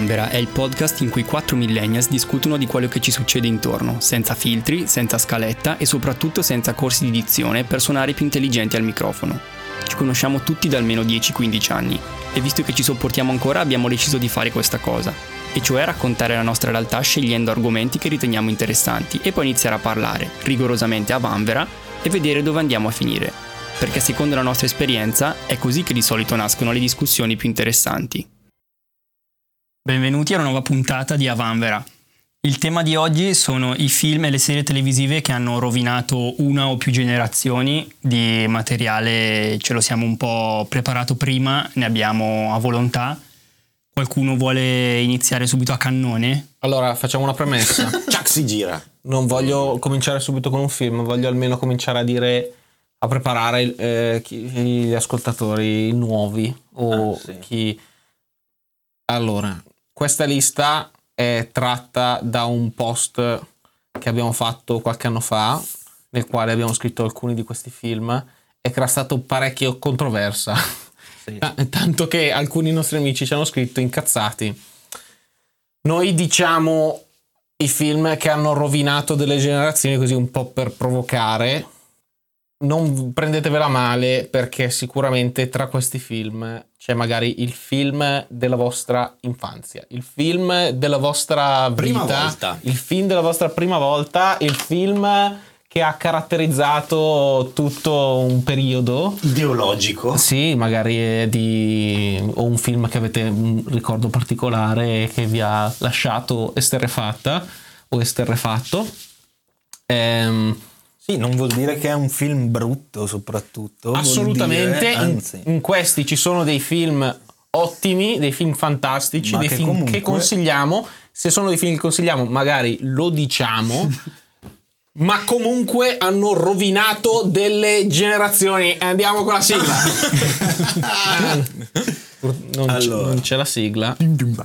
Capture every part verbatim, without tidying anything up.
Vanvera è il podcast in cui quattro millennials discutono di quello che ci succede intorno, senza filtri, senza scaletta e soprattutto senza corsi di dizione per suonare più intelligenti al microfono. Ci conosciamo tutti da almeno dieci quindici anni e visto che ci sopportiamo ancora abbiamo deciso di fare questa cosa, e cioè raccontare la nostra realtà scegliendo argomenti che riteniamo interessanti e poi iniziare a parlare, rigorosamente a Vanvera, e vedere dove andiamo a finire. Perché secondo la nostra esperienza è così che di solito nascono le discussioni più interessanti. Benvenuti a una nuova puntata di A Vanvera. Il tema di oggi sono i film e le serie televisive che hanno rovinato una o più generazioni di materiale. Ce lo siamo un po' preparato prima, ne abbiamo a volontà. Qualcuno vuole iniziare subito a cannone? Allora, facciamo una premessa. Ciac si gira. Non voglio cominciare subito con un film, voglio almeno cominciare a dire, a preparare eh, chi, gli ascoltatori nuovi o ah, sì. chi... Allora, questa lista è tratta da un post che abbiamo fatto qualche anno fa, nel quale abbiamo scritto alcuni di questi film e che era stato parecchio controversa. Sì. Tanto che alcuni nostri amici ci hanno scritto incazzati. Noi diciamo i film che hanno rovinato delle generazioni, così un po' per provocare. Non prendetevela male, perché sicuramente tra questi film c'è magari il film della vostra infanzia, il film della vostra vita, prima volta. il film della vostra prima volta, il film che ha caratterizzato tutto un periodo ideologico. Sì, magari è di o un film che avete un ricordo particolare che vi ha lasciato esterrefatta o esterrefatto. Ehm Sì, non vuol dire che è un film brutto, soprattutto. Assolutamente, dire, anzi. in, in questi ci sono dei film ottimi, dei film fantastici, Ma dei che film comunque... che consigliamo. Se sono dei film che consigliamo, magari lo diciamo, ma comunque hanno rovinato delle generazioni. Andiamo con la sigla. Non, allora. c- non c'è la sigla.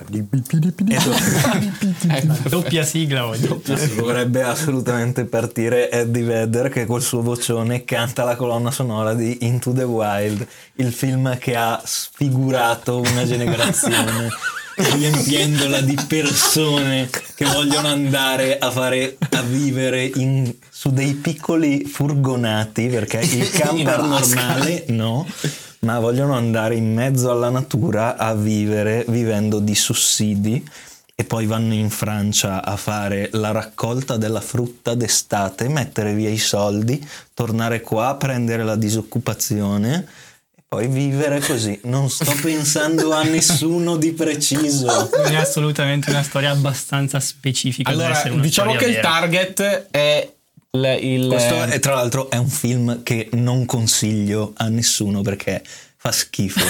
ecco. Doppia sigla oggi. Doppia sigla. Dovrebbe assolutamente partire Eddie Vedder, che col suo vocione canta la colonna sonora di Into the Wild, il film che ha sfigurato una generazione, riempiendola di persone che vogliono andare a fare a vivere in, su dei piccoli furgonati, perché il camper normale no, ma vogliono andare in mezzo alla natura a vivere vivendo di sussidi, e poi vanno in Francia a fare la raccolta della frutta d'estate, mettere via i soldi, tornare qua, prendere la disoccupazione e poi vivere così. Non sto pensando a nessuno di preciso. È assolutamente una storia abbastanza specifica. Allora, diciamo che vera. Il target è il, il... Questo è, tra l'altro è un film che non consiglio a nessuno perché fa schifo.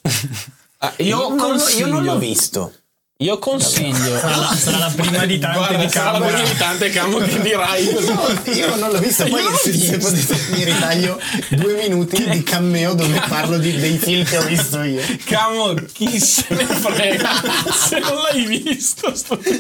ah, io, non, io non l'ho visto. Io consiglio. Sarà la, sarà la prima di tante. Guarda, di sarà la prima di tante Camo che dirai. No, io non l'ho visto. Poi se, se potete mi ritaglio due minuti di cameo dove parlo di, dei film che ho visto io. Camo, chi se ne frega se non l'hai visto sto Ma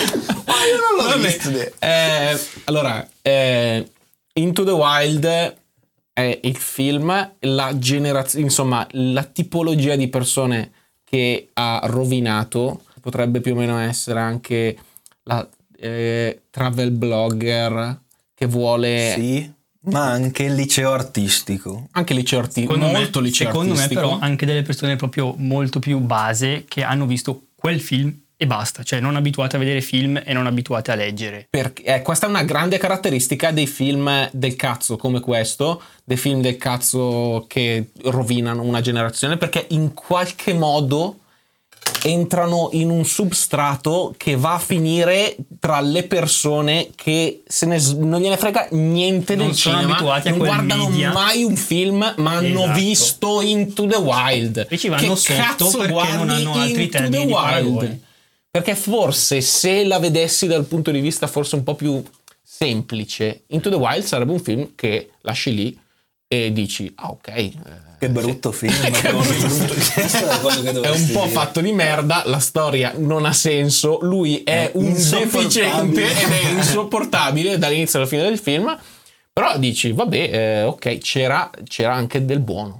io non l'ho Vabbè, visto. eh, allora eh, Into the Wild è il film, la generazione, insomma la tipologia di persone che ha rovinato. Potrebbe più o meno essere anche la eh, travel blogger che vuole, sì, ma anche il liceo artistico, anche il liceo artistico, molto me, liceo secondo artistico. me però anche delle persone proprio molto più base che hanno visto quel film e basta, cioè non abituate a vedere film e non abituate a leggere. Perché eh, questa è una grande caratteristica dei film del cazzo come questo, dei film del cazzo che rovinano una generazione, perché in qualche modo entrano in un substrato che va a finire tra le persone che se ne, non gliene frega niente non del sono cinema, abituati a non quel guardano media. mai un film, ma hanno Esatto. visto Into the Wild. E ci vanno che sotto cazzo perché guardi non hanno altri Into termini the di Wild? paragone. Perché forse se la vedessi dal punto di vista forse un po' più semplice, Into the Wild sarebbe un film che lasci lì e dici ah ok, eh, che brutto sì. film. Che brutto. È, è un po' dire. fatto di merda, la storia non ha senso, lui è, è un deficiente ed è insopportabile dall'inizio alla fine del film, però dici vabbè, eh, ok, c'era, c'era anche del buono.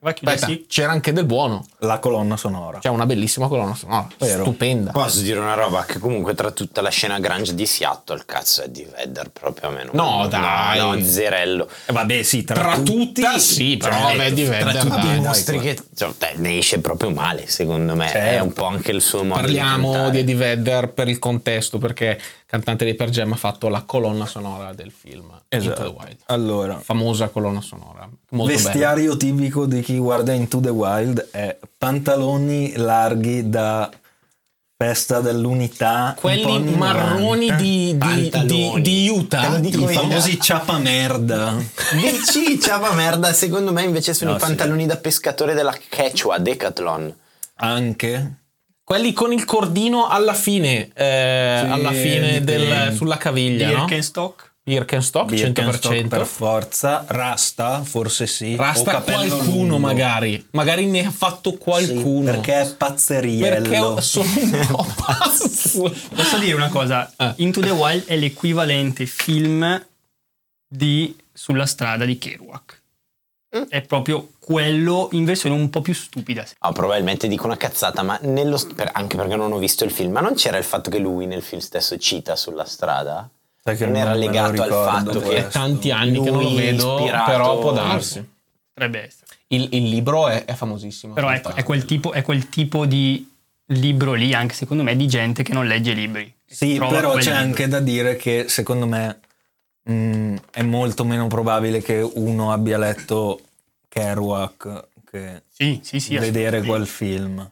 Va a chiudersi. Aspetta, c'era anche del buono. La colonna sonora. C'è una bellissima colonna sonora, Vero. stupenda. Posso dire una roba? Che comunque tra tutta la scena grunge di Seattle, cazzo, è di Vedder proprio a meno. No, dai. No, zerello. Eh, vabbè, sì, tra, Tra tutti, tutti, sì, però certo, vabbè, di tra Vedder, tutti dai, Dimostri dai, che cioè, dai, ne esce proprio male, secondo me. È Certo. un po' anche il suo modo Parliamo di di cantare. Eddie Vedder per il contesto, perché cantante dei Pearl Jam ha fatto la colonna sonora del film Into Esatto. the Wild. Allora, Famosa colonna sonora, molto bella. vestiario tipico di chi guarda Into the Wild è pantaloni larghi da festa dell'unità, un po' Quelli anni marroni novanta. di, di, di, Pantaloni. di Te lo Utah. dico I io. famosi ciapa merda. Dici, ciava merda, secondo me invece sono No, i pantaloni da pescatore della Quechua Decathlon. Anche Quelli con il cordino alla fine, eh, Sì, alla fine del, dipende. sulla caviglia, no? Birkenstock. Birkenstock, cento per Birkenstock cento. per forza, rasta, forse sì. Rasta o capello qualcuno lungo. magari. Magari ne ha fatto Sì, qualcuno. perché è pazzeriello. Perché sono un po' pazzo. Posso dire una cosa? Eh. Into the Wild è l'equivalente film di Sulla strada di Kerouac. È proprio quello in versione un po' più stupida. Ah, probabilmente dico una cazzata, ma nello, per- anche perché non ho visto il film, ma non c'era il fatto che lui nel film stesso cita sulla strada? Sai che non era me lo legato al ricordo fatto che È tanti anni che non lo Lui vedo, ispirato- però può darsi. Potrebbe essere. Il, il libro è, è famosissimo. Però è, è quel tipo, è quel tipo di libro lì, anche secondo me, di gente che non legge libri. Sì, Trova però quel c'è libro. anche da dire che secondo me mh, è molto meno probabile che uno abbia letto Kerouac che Sì, sì, sì. vedere assolutamente. quel film.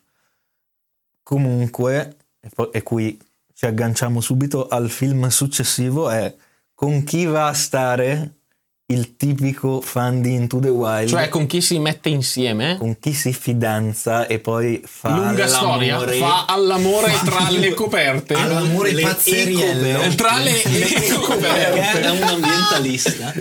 Comunque, e, poi- e qui ci agganciamo subito al film successivo, è con chi va a stare il tipico fan di Into the Wild, Cioè con chi si mette insieme? con chi si fidanza e poi fa Lunga storia, l'amore. fa all'amore tra le coperte. All'amore Le pazzeriello. ecoperte. Tra le Perché coperte. è un ambientalista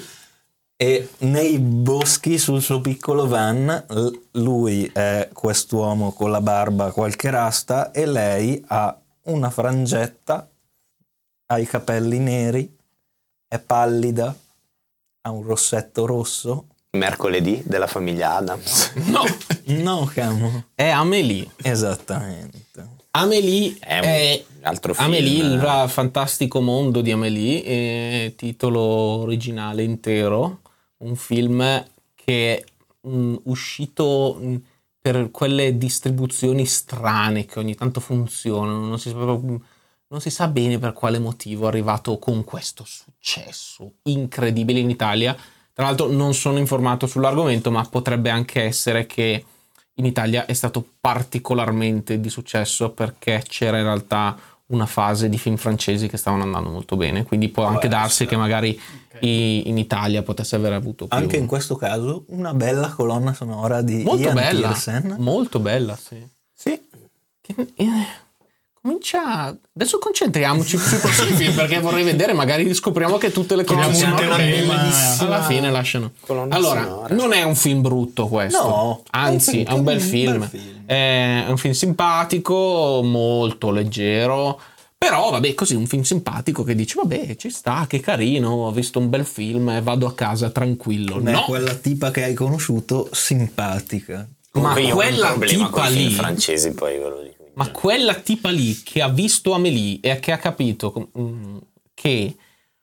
e nei boschi sul suo piccolo van l- lui è quest'uomo con la barba, qualche rasta, e lei ha una frangetta, ha i capelli neri, è pallida, ha un rossetto rosso. Mercoledì della famiglia Adams. No, No, camo. è Amélie. Esattamente. Amélie È un è altro film. Amélie, il fantastico mondo di Amélie, eh, titolo originale intero, un film che è mm, uscito mm, per quelle distribuzioni strane che ogni tanto funzionano, non si sa proprio- non si sa bene per quale motivo è arrivato con questo successo incredibile in Italia. Tra l'altro non sono informato sull'argomento, ma potrebbe anche essere che in Italia è stato particolarmente di successo perché c'era in realtà una fase di film francesi che stavano andando molto bene, quindi può anche darsi che magari i- in Italia potesse aver avuto più... Anche in questo caso una bella colonna sonora di molto Ian bella, Pearson. molto bella, sì. Sì. Che- eh, comincia... Adesso concentriamoci sui prossimi film perché vorrei vedere, magari scopriamo che tutte le colonne Chiediamo sonore un tema, bellissime. Alla fine lasciano. Colonna Allora, sonora. non è un film brutto questo, No, anzi è un bel film. film. È un film simpatico, molto leggero, però vabbè, così un film simpatico che dici vabbè, ci sta, che carino, ho visto un bel film e vado a casa tranquillo. Beh, No, quella tipa che hai conosciuto simpatica. ma Comunque io ho un quella problema tipa con i film lì, francesi, poi ve lo dico. ma quella tipa lì che ha visto Amélie e che ha capito mm, che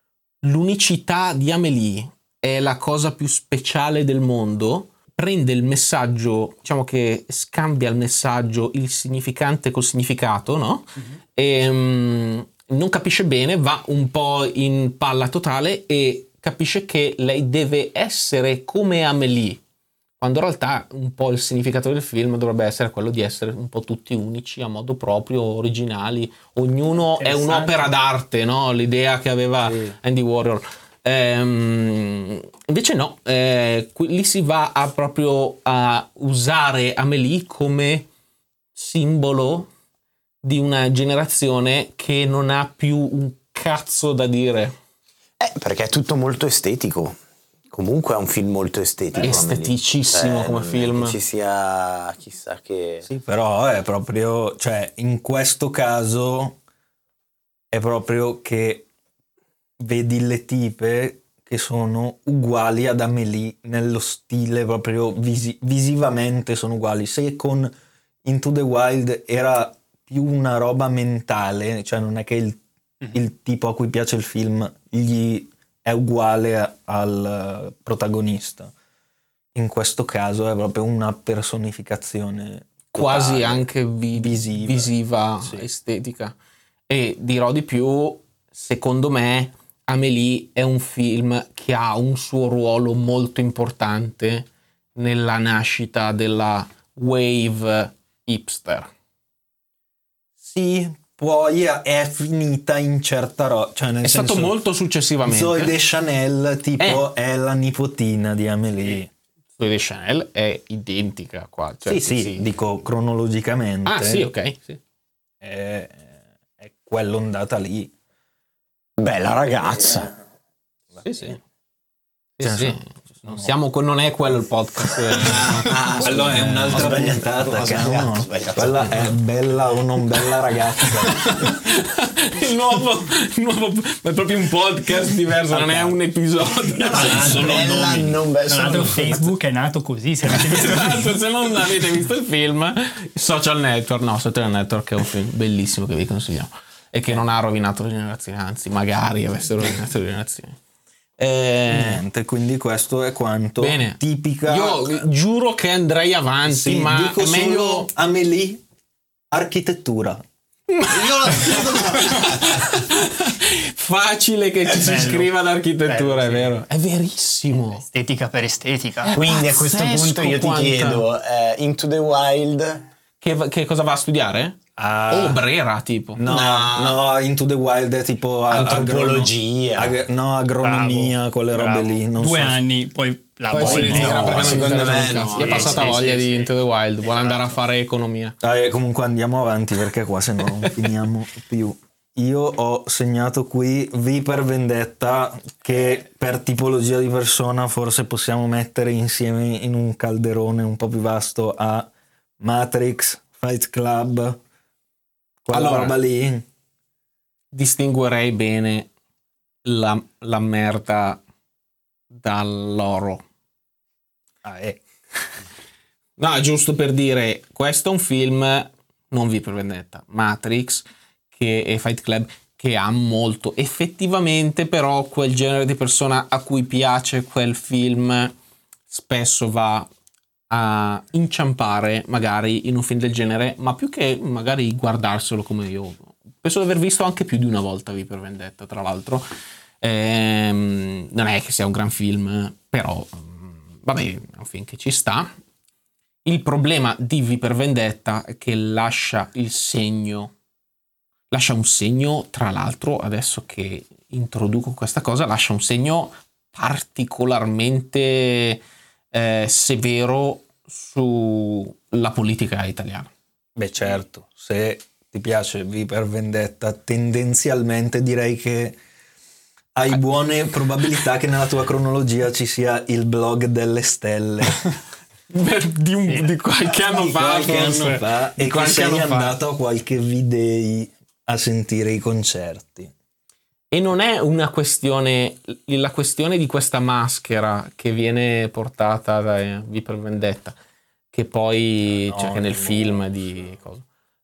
l'unicità di Amélie è la cosa più speciale del mondo, prende il messaggio, diciamo che scambia il messaggio, il significante col significato, no? E mm, non capisce bene, va un po' in palla totale e capisce che lei deve essere come Amélie, quando in realtà un po' il significato del film dovrebbe essere quello di essere un po' tutti unici, a modo proprio, originali, ognuno è Interessante. un'opera d'arte, no? L'idea che aveva Sì. Andy Warhol. Ehm, invece no, eh, qui- lì si va a proprio a usare Amélie come simbolo di una generazione che non ha più un cazzo da dire. Eh, perché è tutto molto estetico. Comunque è un film molto estetico. Esteticissimo Amélie. come non è film. che ci sia chissà che... Sì, però è proprio, cioè, in questo caso è proprio che vedi le tipe che sono uguali ad Amélie nello stile, proprio visi- visivamente sono uguali. Se con Into the Wild era più una roba mentale, cioè non è che il, il tipo a cui piace il film gli è uguale a- al protagonista. In questo caso è proprio una personificazione quasi totale, anche vi- visiva, visiva, Sì. estetica. E dirò di più, secondo me Amélie è un film che ha un suo ruolo molto importante nella nascita della wave hipster. Sì, poi è finita in certa roba, cioè nel È senso, stato molto successivamente. Zoe Deschanel tipo è la nipotina di Amélie. Zoe Deschanel è identica qua. Cioè, sì, sì, dico cronologicamente. Ah, sì, ok. Sì. È, è quell'ondata lì. Bella ragazza. Sì, sì. Sì, Cioè, sì. sono- Non, siamo, non è quello il podcast. Ah, Quello scusa, è un'altra ho sbagliato, puntata, ho cavolo. sbagliato, ho sbagliato. Quella è bella o non bella ragazza. il, nuovo, il nuovo è proprio un podcast diverso, non è un episodio. Ah, bella, non bella. Tra l'altro Facebook è nato così, se avete visto. Esatto, se non avete visto il film, Social Network, no, Social Network è un film bellissimo che vi consigliamo e che non ha rovinato le generazioni, anzi magari avesse rovinato le generazioni. Eh, Niente, quindi questo è quanto bene, tipica. io giuro che andrei avanti, Sì, ma dico è meglio solo Amélie, architettura. facile che ci si bello. iscriva ad architettura, Bello, è sì. vero, è verissimo. Estetica per estetica. Quindi a questo Pazzesco punto io ti quanta- chiedo, eh, Into the Wild, Che, che cosa va a studiare? Ah, Oh, Brera, tipo. no, no, Into the Wild è tipo a- Antropologia. agrono- ag- no, agronomia, Bravo, quelle robe bravo. lì. Non Due so. anni, poi la Poi si voglia. ritira no, perché non secondo gli interessa me un cazzo. no. Gli è passata Sì, sì, voglia sì, di sì. Into the Wild, vuole Esatto. andare a fare economia. Dai, comunque andiamo avanti perché qua se no non finiamo più. Io ho segnato qui V per Vendetta, che per tipologia di persona forse possiamo mettere insieme in un calderone un po' più vasto a Matrix, Fight Club, quella Allora, roba lì. Distinguerei bene la, la merda dall'oro. Ah, eh. No, giusto per dire, questo è un film, non V per Vendetta, Matrix che, e Fight Club, che ha molto. Effettivamente però quel genere di persona a cui piace quel film spesso va a inciampare magari in un film del genere, ma più che magari guardarselo, come io penso di aver visto anche più di una volta V per Vendetta, tra l'altro. Ehm, non è che sia un gran film, però vabbè, è un film che ci sta. Il problema di V per Vendetta è che lascia il segno, lascia un segno, tra l'altro, adesso che introduco questa cosa, lascia un segno particolarmente eh, severo sulla politica italiana. Beh, certo, se ti piace V per Vendetta, tendenzialmente direi che hai buone probabilità che nella tua cronologia ci sia il blog delle stelle. di, un, di qualche anno Di fa, qualche forse. anno fa, Di e che qualche sei anno fa. andato a qualche V-Day a sentire i concerti. E non è una questione, la questione di questa maschera che viene portata da V per Vendetta, che poi, No, cioè che nel no. film di cosa,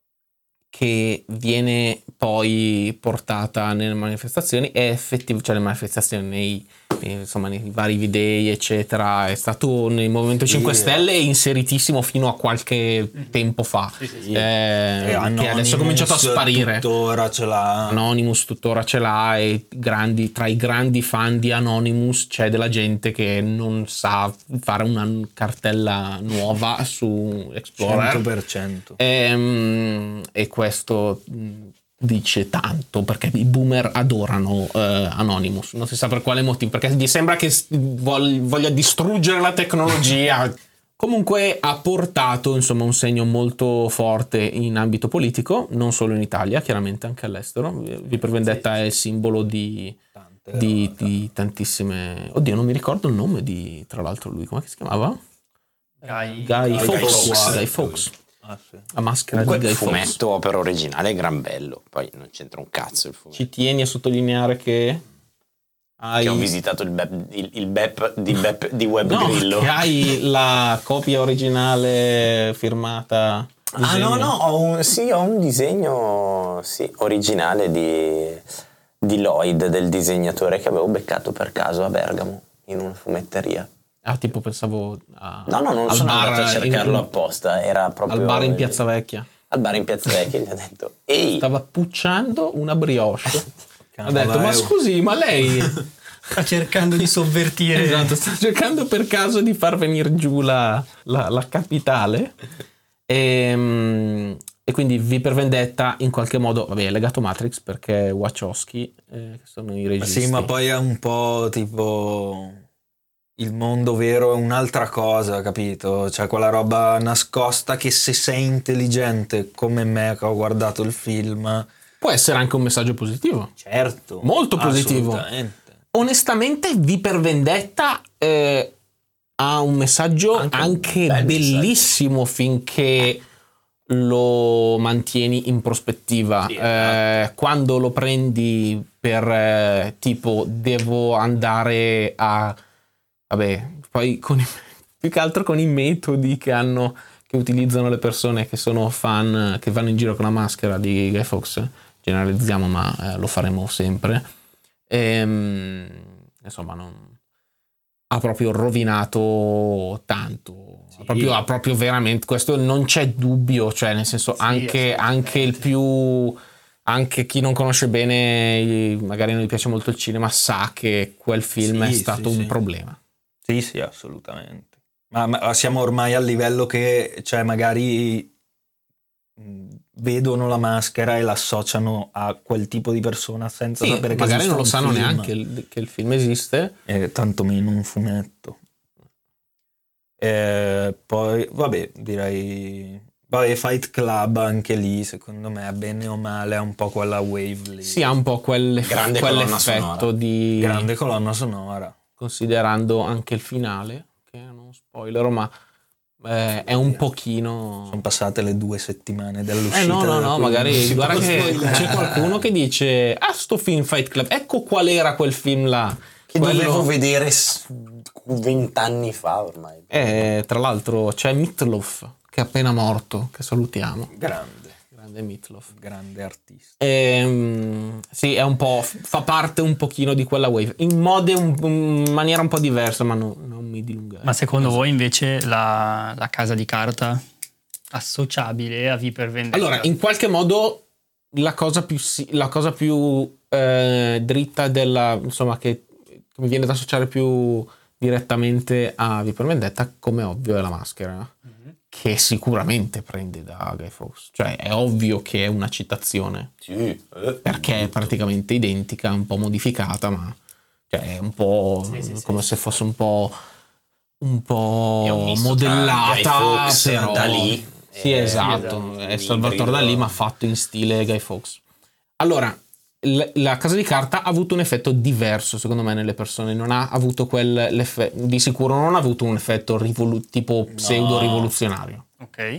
che viene poi portata nelle manifestazioni, è effettivo, cioè le manifestazioni nei, nei- insomma nei vari V-Day eccetera, è stato nel Movimento cinque Sì. Stelle inseritissimo fino a qualche tempo fa, E eh, che adesso è cominciato a Anonymous sparire. tuttora ce l'ha. Anonymous tuttora ce l'ha, e grandi, tra i grandi fan di Anonymous c'è della gente che non sa fare una cartella nuova su Explorer. cento per cento. Ehm, E, questo mh, dice tanto, perché i boomer adorano eh, Anonymous, non si sa per quale motivo, perché gli sembra che s- vog- voglia distruggere la tecnologia. Comunque ha portato insomma un segno molto forte in ambito politico, non solo in Italia, chiaramente anche all'estero. V per Vendetta è il simbolo di, Tante, di, no, di tantissime. Oddio, non mi ricordo il nome di, tra l'altro, lui, come si chiamava? Guy, Guy Fawkes. Fawkes. Guy Fawkes. Ah, sì. La maschera di Comunque, Guy il Fawkes. fumetto opera originale è gran bello, poi non c'entra un cazzo il fumetto. Ci tieni a sottolineare che hai... Che ho visitato il Bep, il, il Bep di, Bep di Web No, Grillo. che hai la copia originale firmata. Ah no, disegno. no, ho un, sì, ho un disegno sì, originale di, di Lloyd, del disegnatore che avevo beccato per caso a Bergamo, in una fumetteria. Ah, tipo pensavo a, No, no, non al sono bar andato a cercarlo in- apposta, era proprio... al bar in il- Piazza Vecchia. Al bar in Piazza Vecchia gli ha detto, ehi, Stava pucciando una brioche. Ha Cavolo, detto, ma eh. scusi, ma lei... Sta cercando di sovvertire. Esatto, sta cercando per caso di far venire giù la, la- la capitale. E, e quindi V per Vendetta in qualche modo, vabbè, è legato a Matrix perché Wachowski, eh, che sono i registi. Sì, ma poi è un po' tipo il mondo vero è un'altra cosa, capito? Cioè quella roba nascosta che se sei intelligente come me che ho guardato il film, Può essere anche un messaggio positivo. certo, Molto positivo. assolutamente. Onestamente, V per Vendetta eh, ha un messaggio Anche anche, un bel bellissimo finché lo mantieni in prospettiva. Sì, Eh, quando lo prendi per eh, tipo devo andare a... Vabbè, poi con i- più che altro con i metodi che hanno, che utilizzano le persone che sono fan, che vanno in giro con la maschera di Guy Fawkes, generalizziamo ma eh, lo faremo sempre. Ehm, insomma, non, ha proprio rovinato tanto. Ha, proprio, ha proprio veramente, questo non c'è dubbio, cioè nel senso anche, anche il più, anche chi non conosce bene, magari non gli piace molto il cinema, sa che quel film Sì, è stato sì, un sì. problema. Sì, sì, assolutamente. Ma, ma siamo ormai al livello che, cioè, magari mh, vedono la maschera e l'associano a quel tipo di persona senza Sì, sapere che magari esiste non lo un sanno film, neanche il- che il film esiste. e tantomeno un fumetto. Eh, poi, vabbè, direi... Vabbè, Fight Club anche lì, secondo me, bene o male, è un po' quella wave lì. Si ha un po' quel, Grande colonna quell'effetto sonora. di... Grande colonna sonora. considerando anche il finale, che non spoilerò, ma eh, è un pochino... Sono passate le due settimane dall'uscita. Eh no, no, no, quindi non magari si guarda può che spoilerare. c'è qualcuno che dice ah, sto film Fight Club, ecco qual era quel film là. che Quello- dovevo vedere s- vent'anni fa ormai. Eh, tra l'altro c'è Meatloaf, che è appena morto, che salutiamo. Grande, Grande Meatloaf. grande artista. Ehm, sì, è un po', fa parte un pochino di quella wave, in modo un- in maniera un po' diversa, ma no- non mi dilungare. Ma secondo voi invece la, la Casa di Carta associabile a V per Vendetta? Allora, in qualche modo la cosa più, si- la cosa più eh, dritta della, insomma, che, che mi viene da associare più direttamente a V per Vendetta, come ovvio, è la maschera, che sicuramente prende da Guy Fawkes. Cioè, è ovvio che è una citazione, Sì, eh. perché è praticamente identica, un po' modificata, ma cioè, è un po' come se fosse un po' un po' È un misto tra modellata, Guy Fawkes, però Dalì, sì, e- esatto, e- è Salvatore ibrido. Dalì ma fatto in stile Guy Fawkes. Allora, l- la Casa di Carta ha avuto un effetto diverso secondo me nelle persone, non ha avuto quell'effetto, di sicuro non ha avuto un effetto rivolu- tipo pseudo rivoluzionario. Ok.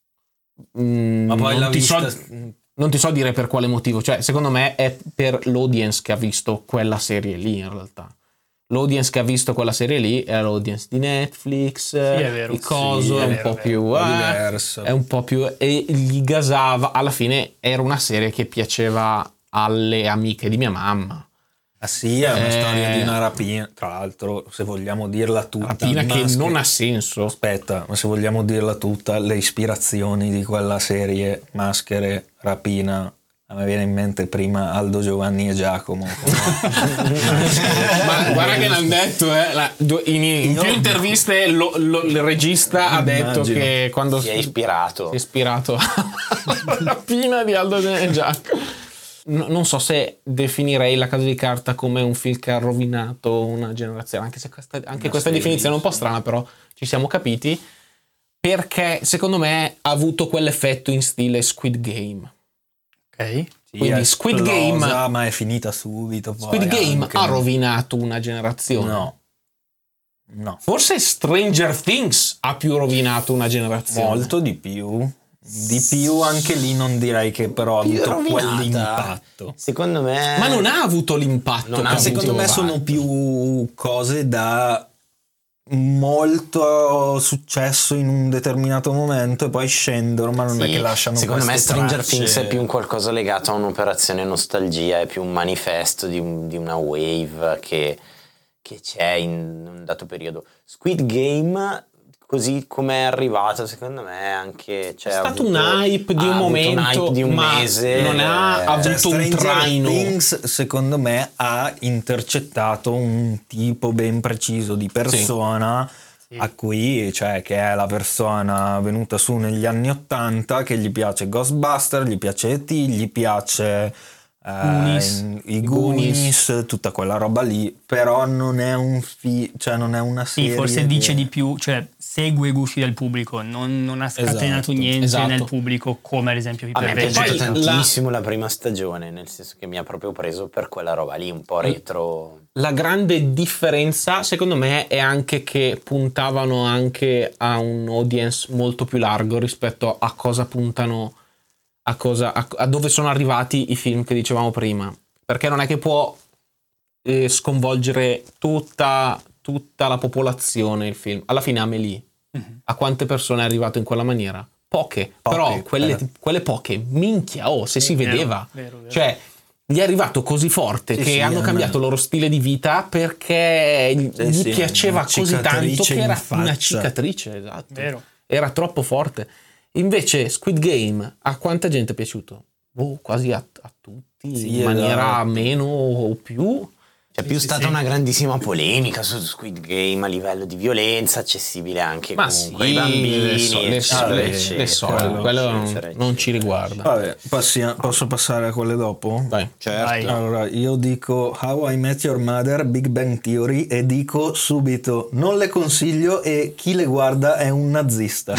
Mm, Ma poi non la ti so- vista... non ti so dire per quale motivo, cioè secondo me è per l'audience che ha visto quella serie lì in realtà. L'audience che ha visto quella serie lì è l'audience di Netflix, è vero. il coso, Sì, è è un vero, po' è più... po' eh, diverso. è un po' più... e gli gasava, alla fine era una serie che piaceva alle amiche di mia mamma. Ah sì, è una Eh, storia di una rapina, tra l'altro, se vogliamo dirla tutta. Rapina che maschera- non ha senso. Aspetta, ma se vogliamo dirla tutta, le ispirazioni di quella serie, maschere, rapina, a me viene in mente prima Aldo, Giovanni e Giacomo. Ma guarda che l'hanno detto, eh, la- in, in Io- più interviste lo- lo- il regista ha detto Immagino. che quando Si è ispirato. si è ispirato alla rapina di Aldo e Giacomo. No- non so se definirei La Casa di Carta come un film che ha rovinato una generazione, anche se questa, anche Una questa serie, definizione è un po' sì. strana, però ci siamo capiti, perché secondo me ha avuto quell'effetto in stile Squid Game. Ok. Sì, Quindi è Squid esplosa, Game- ma è finita subito. Poi Squid Game anche. ha rovinato una generazione. No. No. Forse Stranger Things ha più rovinato una generazione. Molto di più. Di più anche lì non direi che però ha Più avuto rovinata. quell'impatto. Secondo me... Ma non ha avuto l'impatto. Non che ha ha avuto Secondo me avuto sono più cose da molto successo in un determinato momento e poi scendono, ma non Sì, è che lasciano secondo me queste Stranger tracce. Things è più un qualcosa legato a un'operazione nostalgia, è più un manifesto di, un- di una wave che, che c'è in un dato periodo. Squid Game, così come è arrivato, secondo me anche cioè, È ha stato avuto- un hype di ha un avuto momento, un hype di un ma mese, non ha eh, avuto Cioè, un Stranger traino. Things, secondo me, ha intercettato un tipo ben preciso di persona a cui, cioè, che è la persona venuta su negli anni ottanta, che gli piace Ghostbuster, gli piace E T, gli piace eh, Goonies. i Goonies, tutta quella roba lì, però non è un fi- cioè non è una Sì, serie forse che- dice di più, cioè segue i gusti del pubblico, non, non ha scatenato Esatto, niente esatto. nel pubblico come ad esempio A me è Piper piaciuto Poi la- tantissimo la... prima stagione, nel senso che mi ha proprio preso per quella roba lì, un po' retro. La grande differenza, secondo me, è anche che puntavano anche a un audience molto più largo rispetto a cosa puntano, a, cosa, a, a dove sono arrivati i film che dicevamo prima. Perché non è che può eh, sconvolgere tutta, tutta la popolazione il film. Alla fine Amélie, a quante persone è arrivato in quella maniera? Poche, Poche, però quelle, eh. quelle poche, minchia, oh, se si vero, vedeva. vero, vero. Cioè, gli è arrivato così forte Sì, che sì, hanno è cambiato il una- loro stile di vita perché gli Sì, sì, piaceva una così tanto cicatrice che in era faccia. una cicatrice, esatto. Vero. Era troppo forte. Invece Squid Game a quanta gente è piaciuto? Boh, quasi a, a tutti, Sì, in maniera esatto. meno o più. C'è più stata una grandissima polemica su Squid Game a livello di violenza, accessibile anche Ma comunque sì, ai bambini, le so- le so- eccetera, le- eccetera, le so, eccetera, quello non, eccetera, non ci eccetera. riguarda. Vabbè, passia- posso passare a quelle dopo? Dai. Certo. Vai. Allora, io dico How I Met Your Mother, Big Bang Theory e dico subito non le consiglio e chi le guarda è un nazista.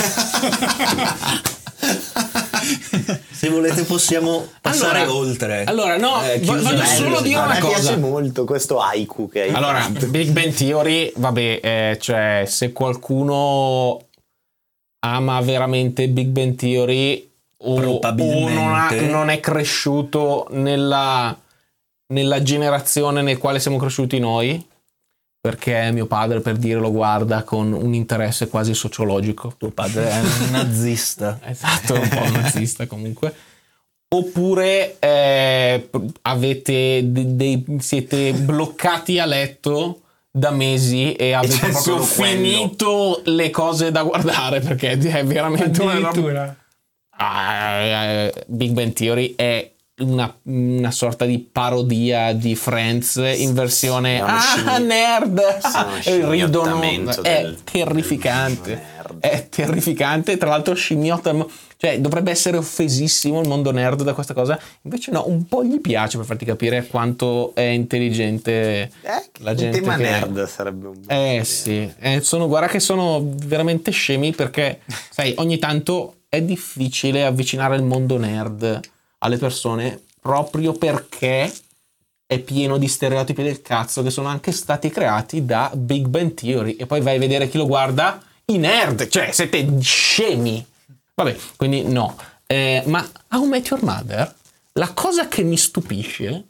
Se volete possiamo passare Allora- oltre. Allora, no, Eh, vo- chiuso voglio bello, solo sì. dire A una me piace cosa. molto questo haiku che hai Allora, fatto. Big Bang Theory, vabbè, eh, cioè se qualcuno ama veramente Big Bang Theory o, o Probabilmente. non, ha- non è cresciuto nella, nella generazione nel quale siamo cresciuti noi, perché mio padre, per dire, lo guarda con un interesse quasi sociologico. Tuo padre è un nazista. Esatto, un po' nazista comunque. Oppure eh, avete de- dei, siete bloccati a letto da mesi e avete c'è proprio solo quello. finito le cose da guardare, perché è veramente una roba. Addirittura. Ah, eh, Big Bang Theory è una, una sorta di parodia di Friends in versione È uno ah scimmi- nerd sì, uno e ridono, scimmiottamento è del- terrificante del nerd. è terrificante, tra l'altro scimmiotta, cioè dovrebbe essere offesissimo il mondo nerd da questa cosa, invece no, un po' gli piace per farti capire quanto è intelligente Eh, la un gente tema che... nerd sarebbe un buon Eh tema. sì, eh, sono, guarda che sono veramente scemi perché, sai, ogni tanto è difficile avvicinare il mondo nerd alle persone proprio perché è pieno di stereotipi del cazzo che sono anche stati creati da Big Bang Theory e poi vai a vedere chi lo guarda, i nerd, cioè siete scemi. Vabbè, quindi no. Eh, ma How I Met Your Mother, la cosa che mi stupisce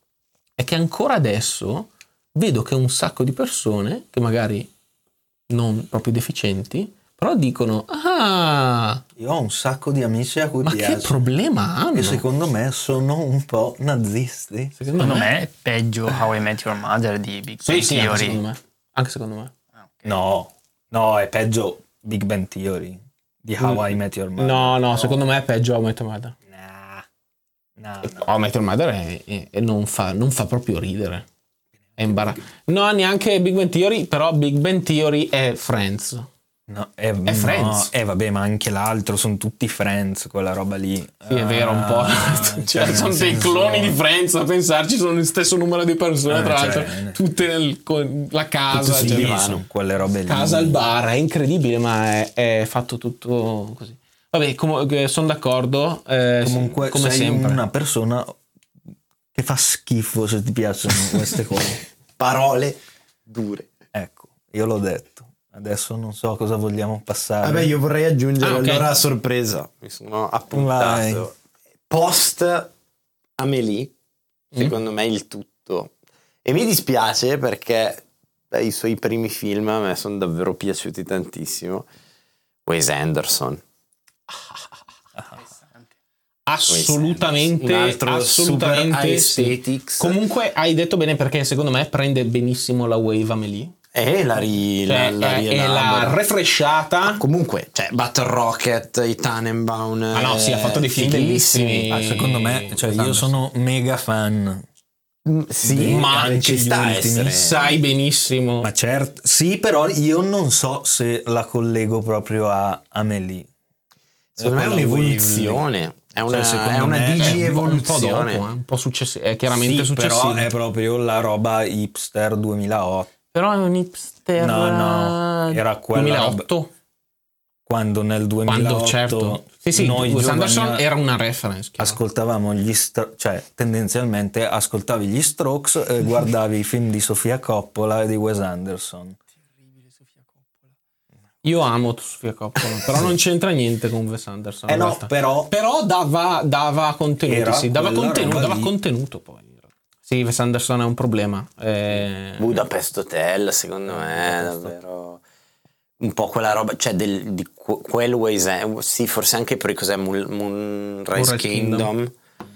è che ancora adesso vedo che un sacco di persone, che magari non proprio deficienti, però dicono, ah, Io ho un sacco di amici a cui ma piace. che problema hanno? Che secondo me sono un po' nazisti. Secondo Secondo me è peggio How I Met Your Mother di Big Bang Sì, sì, anche Theory. secondo me. Anche secondo me. No, no, è peggio Big Bang Theory di How I Met Your Mother. No, no, secondo me è peggio How I Met Your Mother. Nah. No, no. How I Met Your Mother è- è- è- non, fa, non fa proprio ridere. È imbarazzante. No, neanche Big Bang Theory, però Big Bang Theory è Friends. No, è, È Friends. E vabbè, ma anche l'altro, sono tutti Friends, quella roba lì. Sì, è vero, un po'. Ah, cioè, nel sono dei senso- cloni di Friends, a pensarci, sono il stesso numero di persone, Eh, tra cioè, l'altro, eh. tutte nel, con la casa, Tutti cioè, sì, vanno. sono quelle robe lì. Casa al bar, è incredibile, ma è, è fatto tutto così. Vabbè, comunque sono d'accordo. eh, Comunque come sei sempre. una persona che fa schifo se ti piacciono queste cose. Parole dure. Ecco, io l'ho detto. Adesso non so cosa vogliamo passare. Vabbè, io vorrei aggiungere Ah, ok. allora a sorpresa. Mi sono appuntato. Vai. Post Amélie, secondo me il tutto. E mi dispiace perché beh, i suoi primi film a me sono davvero piaciuti tantissimo. Wes Anderson. Assolutamente, Un altro assolutamente super sì. aesthetics. Comunque hai detto bene, perché secondo me prende benissimo la wave Amélie. E la, ri, Cioè, la, la è, è rielabora. la refresciata. Comunque, cioè, Battle Rocket, i Tannenbaum. Ah no, sì, ha fatto dei film fighissimi. bellissimi. Ah, secondo me, cioè, io sono mega fan. Mm, Sì, Ma anche ci gli sta a ultimi. essere. Sai benissimo. Ma certo, sì, però io non so se la collego proprio a Amélie. Secondo me è Quella un'evoluzione. È una, Cioè, secondo è una me è digi un po' dopo, evoluzione. eh, un po' successivo, è chiaramente sì, successivo. però è proprio la roba hipster duemilaotto. Però è un hipster. No, no, era quella duemilaotto. Quando nel duemilaotto Quando, certo. Sì, sì, noi Wes giovani Anderson era una reference. chiaro. ascoltavamo gli Stro- cioè tendenzialmente ascoltavi gli Strokes e guardavi i film di Sofia Coppola e di Wes Anderson. Io amo Sofia Coppola, però non c'entra niente con Wes Anderson. Eh in no, realtà. però Però dava, dava contenuti, Era sì, dava quella contenuto, roba dava lì. contenuto poi. Sì, Wes Anderson è un problema. Eh, Budapest Hotel, secondo me, è davvero un po' quella roba, cioè del, di que- quel Wes Anderson, sì, forse anche per cos'è Moon, Moonrise Moonrise Kingdom. Kingdom.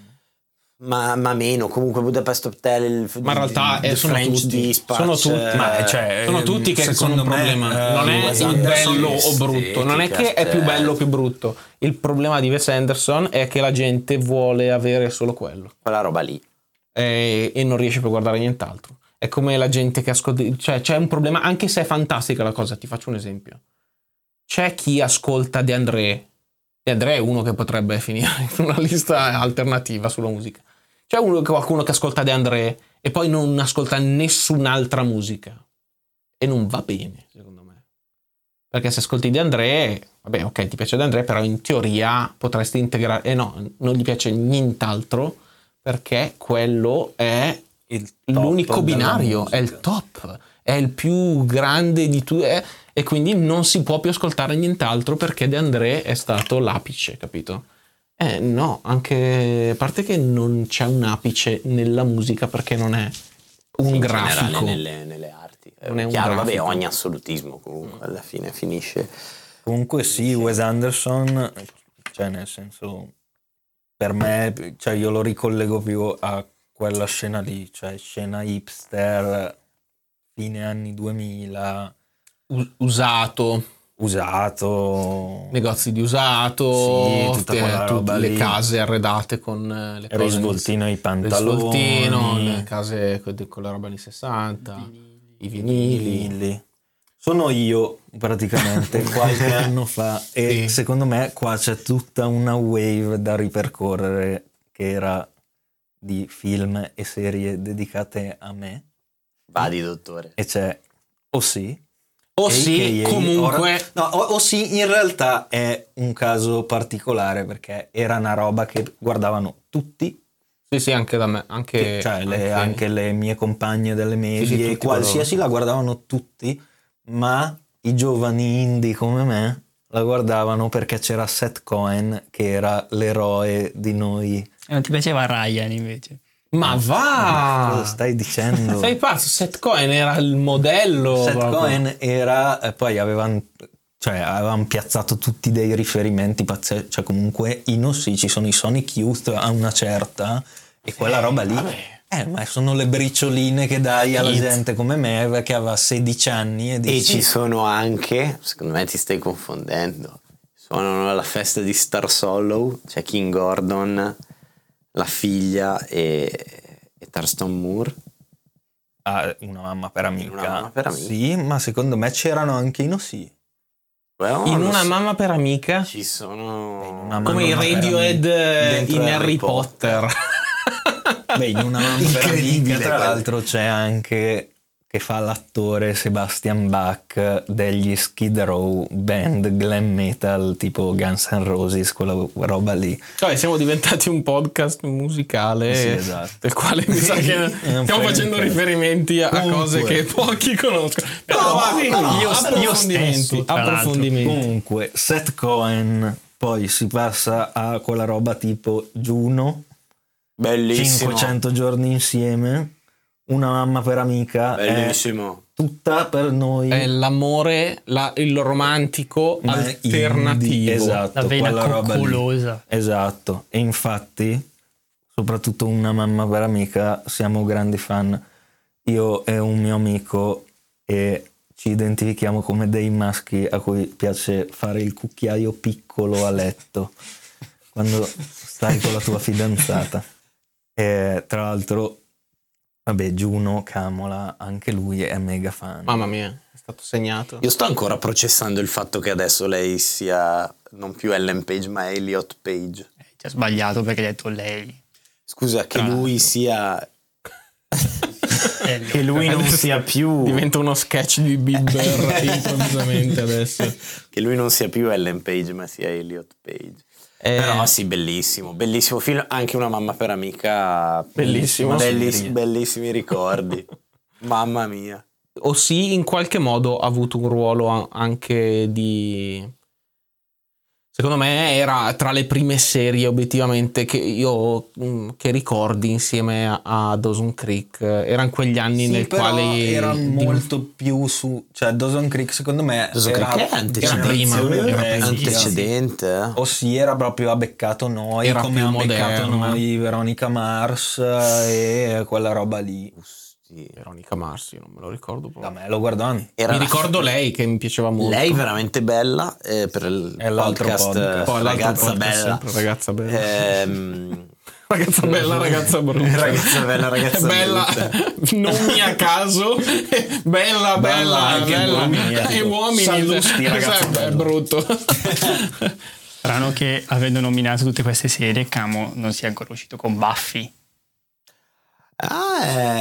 Ma, ma meno, comunque Budapest Hotel, il, Ma in realtà The eh, sono French tutti, Dispatch, sono tutti, ma, eh, cioè, sono tutti che sono secondo un me, problema. eh, Non è Wes il Anderson bello o estetica, brutto, non è che è più cioè. bello o più brutto. Il problema di Wes Anderson è che la gente vuole avere solo quello quella roba lì. e, e non riesce più a guardare nient'altro. È come la gente che ascolta, cioè c'è un problema, anche se è fantastica la cosa, ti faccio un esempio. C'è chi ascolta De André. De André è uno che potrebbe finire in una lista alternativa sulla musica. C'è uno, qualcuno che ascolta De André e poi non ascolta nessun'altra musica. E non va bene, secondo me. Perché se ascolti De André, vabbè, ok, ti piace De André, però in teoria potresti integrare... Eh no, non gli piace nient'altro perché quello è il top l'unico della binario, musica. è il top, è il più grande di tutti. E quindi non si può più ascoltare nient'altro perché De André è stato l'apice, capito? Eh no, anche a parte che non c'è un apice nella musica perché non è un In grafico. generale nelle, nelle arti. È Non è un chiaro, vabbè, grafico. ogni assolutismo comunque alla fine finisce. Comunque sì, Wes Anderson, cioè nel senso, per me, cioè io lo ricollego più a quella scena lì, cioè scena hipster, fine anni duemila, U- usato, usato, negozi di usato, Sì, tutta te- quella tutte roba le lì. case arredate con eh, le cose risvoltino ai pantaloni, risvoltino, le case con, con la roba anni sessanta, i vinili. vinili. Sono io praticamente qualche anno fa e Sì. secondo me qua c'è tutta una wave da ripercorrere che era di film e serie dedicate a me Vadi, dottore. e c'è O sì. O sì, A K A comunque ora- no, o, o sì in realtà è un caso particolare perché era una roba che guardavano tutti, sì, sì, anche da me, anche, che- cioè le- anche le mie compagne delle medie, Sì, sì, tutti qualsiasi la guardavano tutti, ma i giovani indie come me la guardavano perché c'era Seth Cohen che era l'eroe di noi. E non ti piaceva Ryan invece? Ma va! Cosa stai dicendo? Sei pazzo, Seth Cohen era il modello. Seth proprio. Cohen era, e poi avevano, cioè, avevano piazzato tutti dei riferimenti pazzeschi, cioè comunque in O sì ci sono i Sonic Youth a una certa e quella roba lì, eh, ma sono le bricioline che dai alla Hit. gente come me che aveva sedici anni e E dici, ci sono anche, secondo me ti stai confondendo, suonano alla festa di Star Hollow, c'è King Gordon, la figlia e, e Thurston Moore. ah, una mamma per amica. Una mamma per amica. Sì, ma secondo me c'erano anche in O sì. Però In non una so- mamma per amica, ci sono una come i mamma per Radiohead amica. eh, Dentro in Harry Harry Potter. Beh, in una mamma per amica Incredibile, tra quello. l'altro c'è anche che fa l'attore Sebastian Bach degli Skid Row, band glam metal tipo Guns N' Roses, quella roba lì. Cioè, siamo diventati un podcast musicale, Sì, esatto. del quale mi sa che stiamo facendo riferimenti a Comunque. cose che pochi conoscono. Però va bene, no, io, io approfondimenti, stesso, tra l'altro. approfondimenti. Comunque, Seth Cohen, poi si passa a quella roba tipo Juno, Bellissimo. cinquecento giorni insieme, Una mamma per amica, Bellissimo. è tutta per noi. È l'amore, la- il romantico ma alternativo. indie, esatto, La vena quella roba lì. coccolosa. Esatto, e infatti, soprattutto Una mamma per amica, siamo grandi fan. Io e un mio amico, e ci identifichiamo come dei maschi a cui piace fare il cucchiaio piccolo a letto quando stai con la tua fidanzata. E tra l'altro, vabbè, Juno, Camola, anche lui è mega fan. Mamma mia, è stato segnato. Io sto ancora processando il fatto che adesso lei sia non più Ellen Page ma Elliot Page. Eh, ti ha sbagliato perché hai detto lei. Scusa, che Tra lui l'altro. sia Eh, che lui non sia più Diventa uno sketch di Bieber improvvisamente adesso. che lui non sia più Ellen Page ma sia Elliot Page. Eh, Però sì, bellissimo, bellissimo film, anche Una mamma per amica, Bellissimo. belliss- bellissimi ricordi. Mamma mia. o sì, in qualche modo ha avuto un ruolo a- anche di... Secondo me era tra le prime serie obiettivamente che io mh, che ricordi insieme a, a Dawson Creek. Erano quegli anni Sì, nel però quale era di- molto più su, cioè Dawson Creek secondo me Dawson era, Creek è antecedente, prima, era eh, prima. sì, antecedente. eh. o sì, era proprio ha beccato noi, Era come più ha beccato moderno. noi Veronica Mars e quella roba lì. Sì. Veronica Marsi, non me lo ricordo Da proprio. me lo guardavo. Era Mi ricordo lei che mi piaceva molto. lei veramente bella eh, per il È l'altro podcast, podcast. eh, Poi l'altro ragazza podcast bella. sempre, ragazza bella. Ehm, Ragazza bella, ragazza brutta. Ragazza bella, ragazza bella, brutta. nomi a caso. Bella, bella, anche bella. uomini, E tipo, uomini. Sallusti, ragazzo Esatto, è bello. brutto. Strano che avendo nominato tutte queste serie, Camo non sia ancora uscito con Buffy. Ah,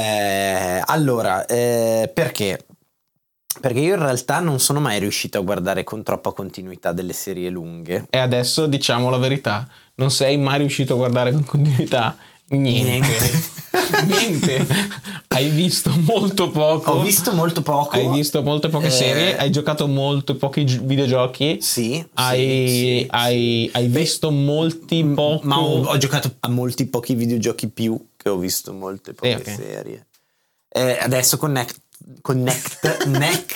eh, allora, eh, perché? Perché io in realtà non sono mai riuscito a guardare con troppa continuità delle serie lunghe. E adesso diciamo la verità. Non sei mai riuscito a guardare con continuità niente. Niente. Hai visto molto poco. Ho visto molto poco. Hai visto molte poche Eh, serie. Hai giocato molto pochi gi- videogiochi. Sì. Hai, sì, sì, hai, hai visto molti poco. Ma ho, ho giocato a molti pochi videogiochi più che ho visto molte poche Eh, ok. serie. Eh, adesso connect, connect,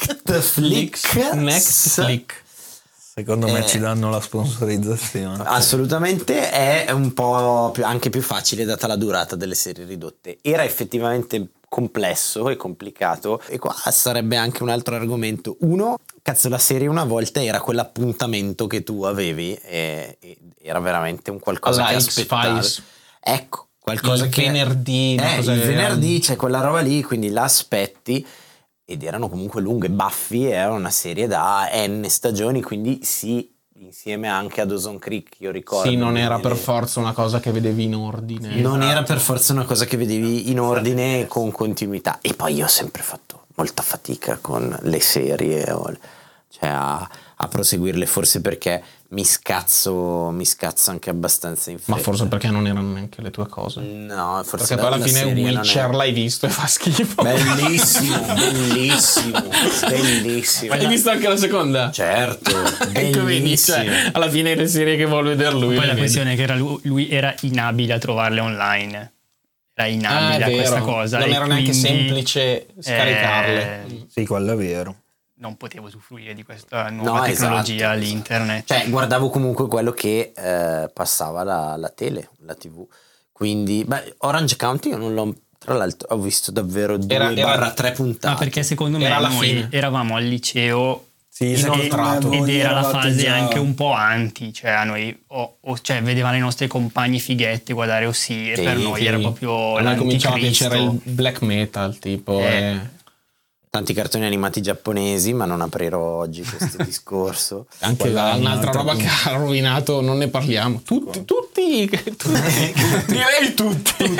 Netflix. Netflix. Secondo me Eh. ci danno la sponsorizzazione. Assolutamente è un po' più, anche più facile data la durata delle serie ridotte. Era effettivamente complesso e complicato e qua sarebbe anche un altro argomento. Uno, cazzo, la serie una volta era quell'appuntamento che tu avevi e, e era veramente un qualcosa Alla che X-Files. aspettavi. Ecco, qualcosa Il che venerdì, una eh, cosa il che- venerdì c'è quella roba lì, quindi la aspetti. Ed erano comunque lunghe. Buffy era una serie da N stagioni, quindi sì, insieme anche a Dawson Creek, io ricordo. Sì, non era per Quindi forza una cosa che vedevi in ordine. non era per forza una cosa che vedevi in ordine con continuità. E poi io ho sempre fatto molta fatica con le serie, o- cioè a, a proseguirle, forse perché mi scazzo, mi scazzo anche abbastanza in fretta. Ma forse perché non erano neanche le tue cose. No, forse Perché poi alla la fine serie non è- Witcher l'hai visto e fa schifo. Bellissimo, bellissimo, bellissimo. Hai visto anche la seconda? Certo, Ecco, vedi, bellissimo. cioè, alla fine le serie che vuole vedere lui. Poi le la vedi. questione è che era lui, lui era inabile a trovarle online. Era Ah, è inabile a vero. questa cosa. Non e era neanche quindi, semplice scaricarle. eh, Sì, quello è vero. non potevo usufruire di questa nuova No, tecnologia, esatto, l'internet. Cioè, guardavo comunque quello che eh, passava la, la tele, la tivù. Quindi, beh, Orange County io non l'ho. Tra l'altro, ho visto davvero due Era- era- barra tre puntate. Ma perché secondo me Era alla noi fine. eravamo al liceo Sì, e- secondo me ed voi era la eravate fase già- anche un po' anti, cioè a noi o, o- cioè vedevano i nostri compagni fighetti guardare Ossi e Sì, per noi Sì. era proprio A noi cominciava a l'anticristo. piacere il black metal, tipo. Eh. e- tanti cartoni animati giapponesi, ma non aprirò oggi questo discorso. Anche Quella là, è un'altra un'altra roba che ha rovinato, non ne parliamo. Tutti, tutti, tutti direi tutti.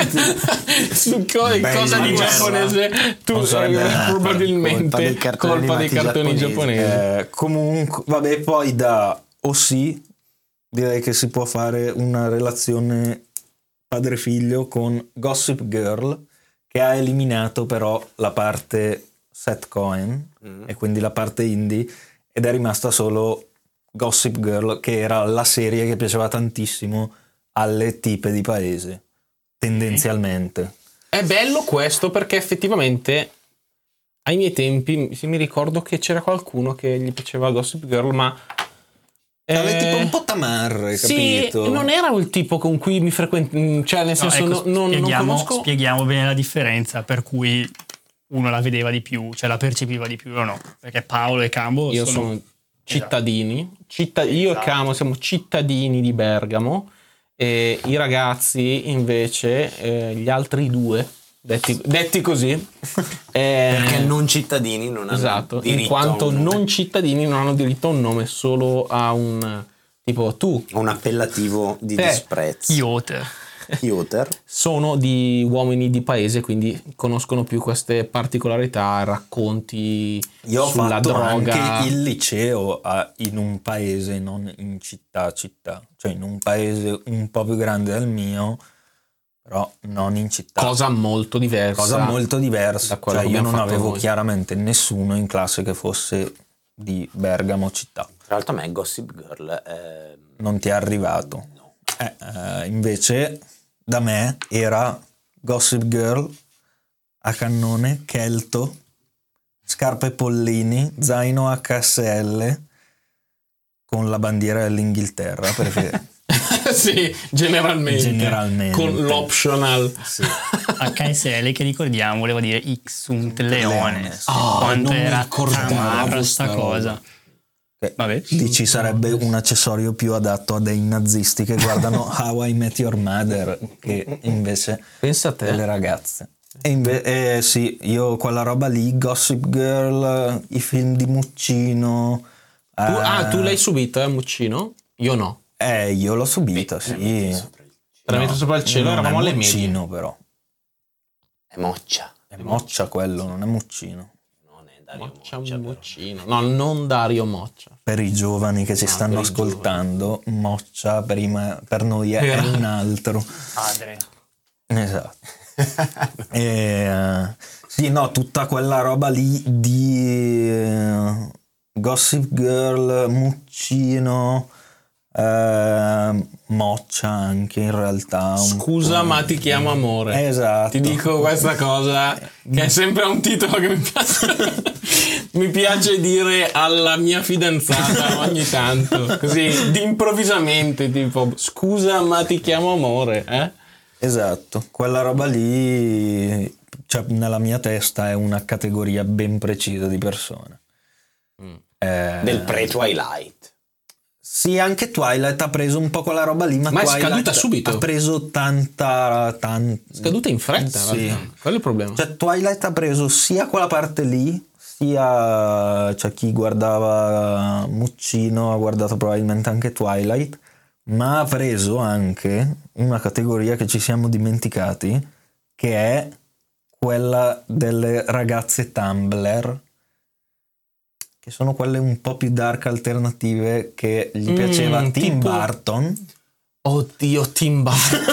Su co- cosa di guerra. giapponese, tu Non sarebbe eh, nata. probabilmente Colpa dei cartoni colpa dei animati cartoni giapponesi. giapponesi. Eh, comunque, vabbè, poi da O C direi che si può fare una relazione padre-figlio con Gossip Girl, che ha eliminato però la parte Seth Cohen Mm. e quindi la parte indie, ed è rimasta solo Gossip Girl, che era la serie che piaceva tantissimo alle tipe di paese, tendenzialmente. È bello questo perché effettivamente ai miei tempi sì, mi ricordo che c'era qualcuno che gli piaceva Gossip Girl, ma Aveva eh, tipo un po' tamarre, sì, capito? non era il tipo con cui mi frequento, cioè nel No, senso ecco, no- non, non spieghiamo, conosco. spieghiamo bene la differenza per cui uno la vedeva di più, cioè la percepiva di più o no. Perché Paolo e Cambo Io sono... sono cittadini, citta- io Esatto. e Camo siamo cittadini di Bergamo e i ragazzi invece, eh, gli altri due, detti, detti così, eh, Perché non cittadini non hanno esatto, in diritto quanto a un, non cittadini non hanno diritto a un nome, solo a un tipo tu. un appellativo di Te. disprezzo. Ioter. Ioter. Sono di uomini di paese, quindi conoscono più queste particolarità, racconti Io ho sulla fatto droga. anche il liceo a- in un paese, non in città città, cioè in un paese un po' più grande del mio, però non in città. Cosa molto diversa. Cosa molto diversa. da quello Cioè, che io abbiamo non fatto avevo noi. chiaramente nessuno in classe che fosse di Bergamo città. Tra l'altro a me Gossip Girl eh, Non ti è arrivato. Eh, eh, invece da me era Gossip Girl, a cannone, Kelto, scarpe Pollini, zaino H S L con la bandiera dell'Inghilterra, perché sì, generalmente. Generalmente. Con l'optional. sì. H S L che ricordiamo voleva dire Ixunt Leone, Leone. sì. Quanto non mi era ricordavo tamarra sta sta roba. cosa. Che Vabbè. lì ci sarebbe un accessorio più adatto a dei nazisti che guardano How I Met Your Mother, che invece Pensa a te. delle ragazze. E invece eh, sì, io quella roba lì, Gossip Girl, i film di Muccino. Tu- eh, ah, tu l'hai subito, eh, Muccino? Io no. Eh, io l'ho subito, sì. Te l'hai messo sopra il cielo, non eravamo è alle medie. Muccino, però. è Moccia. È Moccia quello, non è Muccino. Non è Dario Moccia, Moccia. però. Muccino. No, non Dario Moccia. Per i giovani che ci Ah, stanno per i ascoltando, Moccia prima, per noi è, Era- è un altro. Padre. Esatto. E, eh, sì, no, tutta quella roba lì di eh, Gossip Girl, Muccino, eh, Moccia anche in realtà. un Scusa, po'. ma ti chiamo amore. Esatto. Ti dico questa cosa, che è sempre un titolo che mi piace. Mi piace dire alla mia fidanzata ogni tanto, così, di improvvisamente, tipo, scusa, ma ti chiamo amore, eh? Esatto, quella roba lì, cioè, nella mia testa è una categoria ben precisa di persone. Eh, Del pre-Twilight. Sì, anche Twilight ha preso un po' quella roba lì, ma, Ma è Twilight scaduta subito. ha preso tanta, tan- Scaduta in fretta, in Sì. realtà. Quello è il problema. Cioè Twilight ha preso sia quella parte lì, sia cioè, chi guardava Muccino ha guardato probabilmente anche Twilight, ma ha preso anche una categoria che ci siamo dimenticati, che è quella delle ragazze Tumblr, che sono quelle un po' più dark alternative che gli Mm, piaceva Tim tipo- Burton. Oddio, Tim Burton.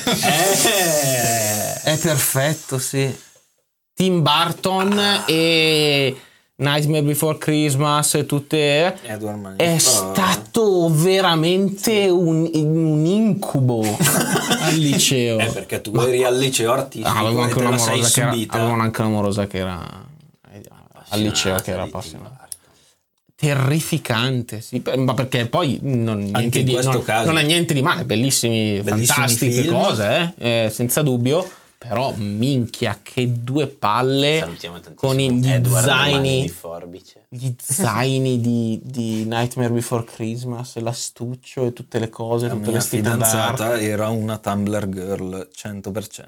Eh, È perfetto, sì. Tim Burton e Nightmare Before Christmas e tutte... Edward Mani- È Oh. stato veramente un, un incubo al liceo. Eh, perché tu eri al liceo artistico Ah, avevo e anche te la sei un'amorosa che era, subita. avevo anche un'amorosa che era eh, al liceo che era di Tim appassionata. Terrificante, sì, per- ma perché poi non, niente in di, questo non- caso. non ha niente di male, bellissimi, Bellissimi fantastiche film. cose, eh, eh, senza dubbio, però minchia che due palle Salutiamo tantissimo con gli Edward Mani zaini, di Forbice. gli zaini di, di Nightmare Before Christmas, l'astuccio e tutte le cose, La tutte mia vestite da fidanzata era una Tumblr girl cento per cento.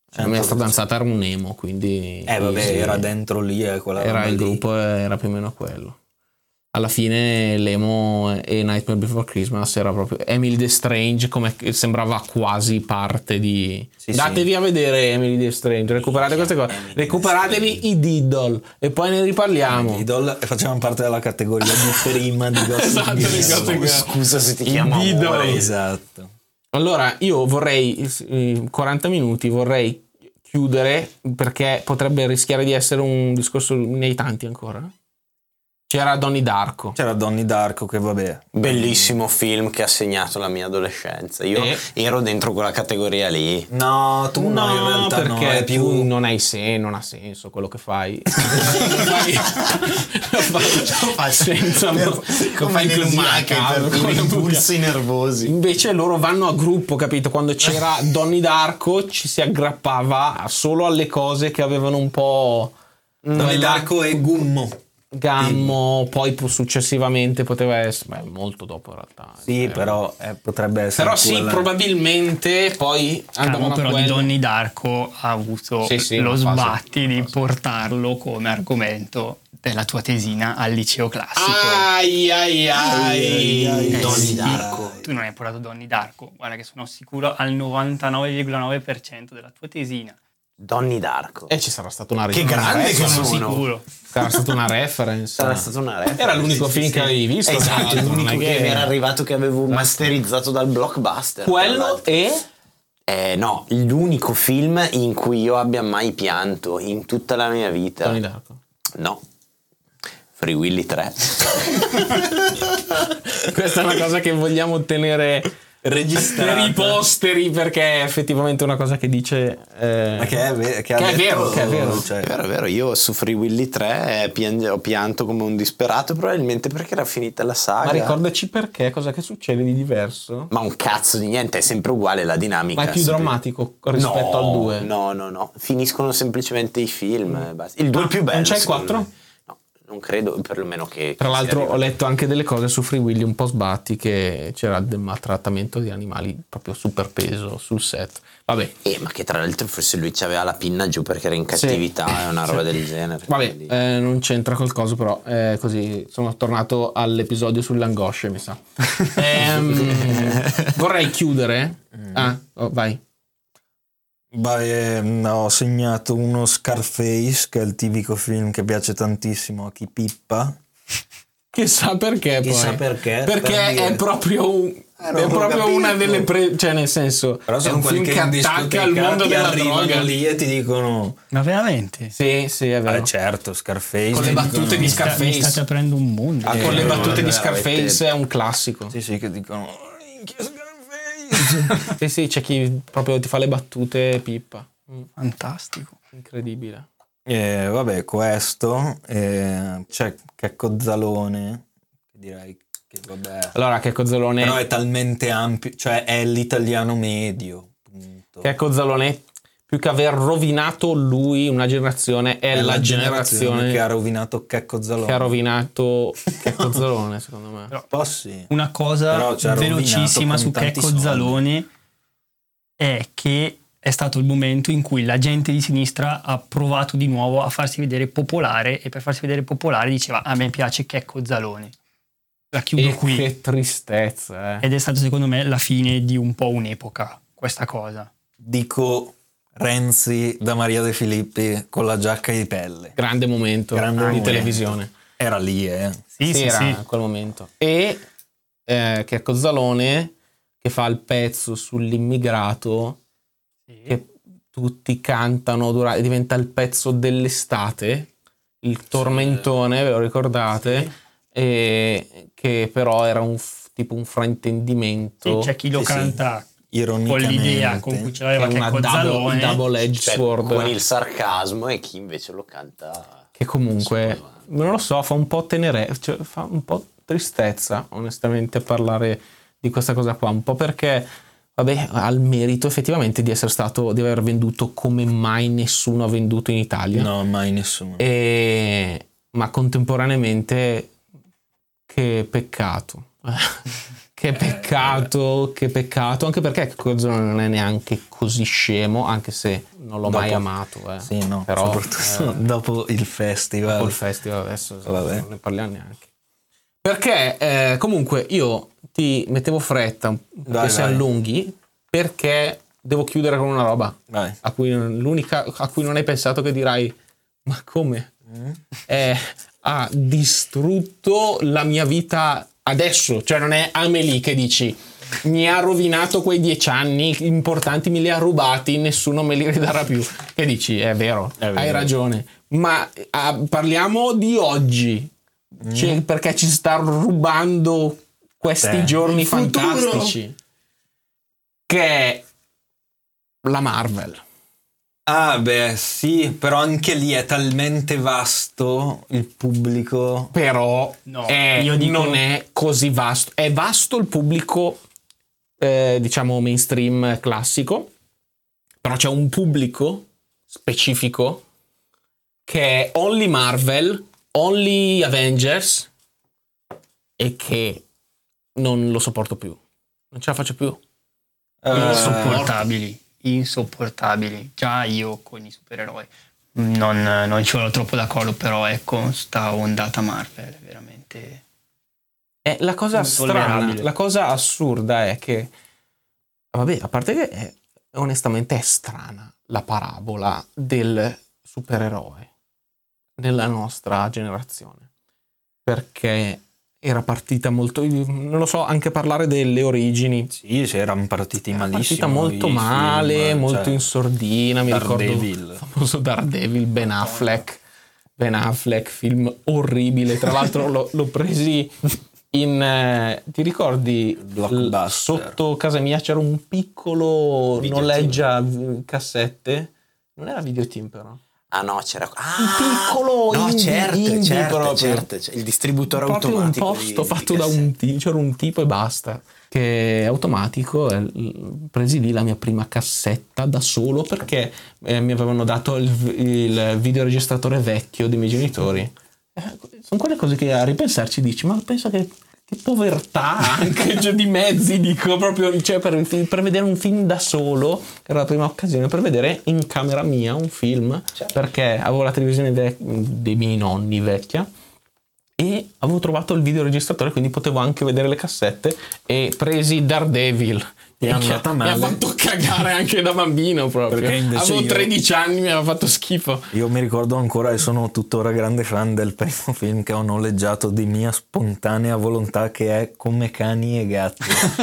La mia fidanzata era un emo, quindi... Eh vabbè, sì, era dentro lì, eh, quella era roba il lì. gruppo, era più o meno quello. Alla fine l'emo e Nightmare Before Christmas era proprio Emily the Strange, come sembrava quasi parte di... Sì, Datevi sì. a vedere Emily the Strange, recuperate queste cose, recuperatevi i Diddle e poi ne riparliamo. I Idol facevano parte della categoria di prima di Gossip Esatto, di Girl. Gossip Girl. Scusa se ti I chiamo Diddle. amore. Esatto. Allora, io vorrei, in quaranta minuti, vorrei chiudere perché potrebbe rischiare di essere un discorso nei tanti ancora. C'era Donnie Darko. C'era Donnie Darko che vabbè. Bellissimo film che ha segnato la mia adolescenza. Io Eh. ero dentro quella categoria lì. No, tu no, in realtà perché no, è più... tu non hai se, non ha senso quello che fai. Lo fai, lo fai senza Per- lo come fai le così a lumache caso, per con i le impulsi nervosi. Invece loro vanno a gruppo, capito? Quando c'era Donnie Darko ci si aggrappava solo alle cose che avevano un po' Donnie quella- Darko e Gummo. Gammo, poi pu- successivamente poteva essere, beh, molto dopo in realtà. Sì, Eh, però eh, potrebbe essere però sì, quella- probabilmente poi andavano Cavolo, a però di quello. Donnie Darko ha avuto Sì, sì, lo una fase, sbatti una di fase. portarlo come argomento della tua tesina al liceo classico. Ai ai ai, ai, Eh Donnie sì, Darko. Tu non hai portato Donnie Darko, guarda che sono sicuro al novantanove virgola nove per cento della tua tesina. Donnie Darko. E ci sarà stata una Che una grande che reference. Sono sono. sicuro. Sarà stata una reference. Sarà stata una reference. Era l'unico Sì, sì, film sì. che avevi visto. tra Esatto, l'altro, l'unico non è che mi era arrivato che avevo masterizzato dal Blockbuster. tra Quello l'altro. e Eh, no, l'unico film in cui io abbia mai pianto in tutta la mia vita. Donnie Darko. No. Free Willy tre. Questa è una cosa che vogliamo ottenere registrata. per i posteri, perché è effettivamente una cosa che dice eh, Ma che è, ve- che ha che è detto, vero, che è vero. cioè, È vero, è vero, io su Free Willy tre piange- ho pianto come un disperato, probabilmente perché era finita la saga. ma ricordaci perché, cosa che succede di diverso? Ma un cazzo di niente, è sempre uguale la dinamica. Ma è più sempre- drammatico rispetto No, al due. No, no, no, finiscono semplicemente i film. e basta. Il due è il più bello. non c'è il secondo quattro? me. No, non credo, perlomeno che... Tra che l'altro sia ho arrivato. letto anche delle cose su Free Willy un po' sbatti, che c'era del maltrattamento di animali proprio super peso sul set. Vabbè, Eh, ma che tra l'altro forse lui c'aveva la pinna giù perché era in cattività e una roba del genere. vabbè, Quindi- eh, non c'entra col coso, però eh, così sono tornato all'episodio sulle angosce, mi sa. Ehm, vorrei chiudere. Ah, oh, vai. beh, eh, ho segnato uno Scarface, che è il tipico film che piace tantissimo a chi pippa. Chissà perché poi. Chissà perché, Perché per dire. è proprio un, Eh, non è lo proprio capisco. una delle pre- cioè nel senso Però è sono un quelli film che che in attacca il discoteca mondo ti della arrivano droga. lì e ti dicono Ma veramente? Sì, sì, è vero. eh certo, Scarface Con le ti battute dicono- di Sta- mi Scarface. state aprendo un mondo. Ah, con le Eh, battute di veramente. Scarface è un classico. sì sì, che dicono "Oh, minchia, Scarface". Sì, sì, c'è chi proprio ti fa le battute e pippa. Mm, Fantastico. incredibile. E vabbè, questo eh, c'è Checco Zalone, che direi che vabbè, Allora, Checco Zalone, però è talmente ampio, cioè è l'italiano medio, punto. Checco Zalone, più che aver rovinato lui una generazione, è, È la generazione che ha rovinato Checco Zalone. che ha rovinato Checco Zalone, secondo me. Però- Un po' sì. Una cosa Però ci ha velocissima rovinato su con tanti Checco soldi. Zalone è che è stato il momento in cui la gente di sinistra ha provato di nuovo a farsi vedere popolare, e per farsi vedere popolare diceva a me piace Checco Zalone. La chiudo E qui. che tristezza, eh. Ed è stato secondo me la fine di un po' un'epoca questa cosa. Dico Renzi da Maria De Filippi con la giacca di pelle. Grande momento Grande di momento. televisione. Era lì, eh. Sì, sì, era sì. quel momento. E eh, Checco Zalone che fa il pezzo sull'immigrato Sì. che tutti cantano durante, diventa il pezzo dell'estate, il tormentone, ve lo ricordate? E che però era un f- tipo un fraintendimento. Sì, c'è chi lo Sì, sì. canta con Ironicamente. l'idea con cui ce che è l'aveva una Checco Zalone. double, double edged Cioè, sword. con il sarcasmo, e chi invece lo canta. Che comunque, non lo so, fa un po' tenere, cioè, fa un po' tristezza, onestamente, parlare di questa cosa qua, un po' perché, vabbè, ha il merito effettivamente di essere stato, di aver venduto come mai nessuno ha venduto in Italia. No, mai nessuno. E, ma contemporaneamente, che peccato. Che peccato, che peccato, anche perché Checco Zalone non è neanche così scemo, anche se non l'ho Dopo- mai amato, eh. Sì, no, però soprattutto eh, dopo il festival. dopo il festival adesso Vabbè. non ne parliamo neanche. Perché eh, comunque io ti mettevo fretta Vai, che si vai. allunghi, perché devo chiudere con una roba Vai. a cui l'unica a cui non hai pensato, che dirai ma come? Mm. Eh, ha distrutto la mia vita adesso, cioè non è Amelie che dici mi ha rovinato quei dieci anni importanti, me li ha rubati, nessuno me li ridarà più. Che dici? È vero, È vero. hai ragione, ma ah, parliamo di oggi, cioè, perché ci sta rubando questi Sì. giorni Il futuro. fantastici, che è la Marvel. Ah, beh, sì, però anche lì è talmente vasto il pubblico. Però No, è- io dico- non è così vasto. È vasto il pubblico, eh, diciamo mainstream classico, però c'è un pubblico specifico che è only Marvel, only Avengers, e che non lo sopporto più, non ce la faccio più. Eh, Insopportabili, insopportabili. Già io con i supereroi non, non ci vado troppo d'accordo, però ecco, sta ondata Marvel è veramente... Eh, la cosa strana, Intollerabile. la cosa assurda è che, vabbè, a parte che è, onestamente è strana la parabola del supereroe nella nostra generazione, perché era partita molto, non lo so, anche parlare delle origini, Sì, sì, erano partiti era malissimo. partita molto i male, film, molto cioè, in sordina, mi Daredevil. ricordo il famoso Daredevil, Ben Affleck, Ben Affleck, film orribile, tra l'altro l'ho, l'ho presi in, eh, ti ricordi, Blockbuster. l- sotto casa mia c'era un piccolo Videoteam. noleggia v- cassette, non era Videoteam però. Ah no, c'era... Ah, Un piccolo no, indie- certo, indie certo, proprio. certo, c'è il distributore Proprio un automatico posto di- fatto di da un cassette. tipo, c'era un tipo e basta, che è automatico, e presi lì la mia prima cassetta da solo perché eh, mi avevano dato il, il videoregistratore vecchio dei miei genitori. Eh, sono quelle cose che a ripensarci dici, ma penso che, che povertà anche, cioè, di mezzi, dico proprio, cioè, per, per vedere un film da solo, che era la prima occasione per vedere in camera mia un film, perché avevo la televisione vec- dei miei nonni vecchia e avevo trovato il videoregistratore, quindi potevo anche vedere le cassette, e presi Daredevil. Ti è Minchia, andata mi ha male. fatto cagare anche da bambino proprio. Perché invece Avevo io- tredici anni, mi aveva fatto schifo. Io mi ricordo ancora e sono tuttora grande fan del primo film che ho noleggiato di mia spontanea volontà, che è Come cani e gatti.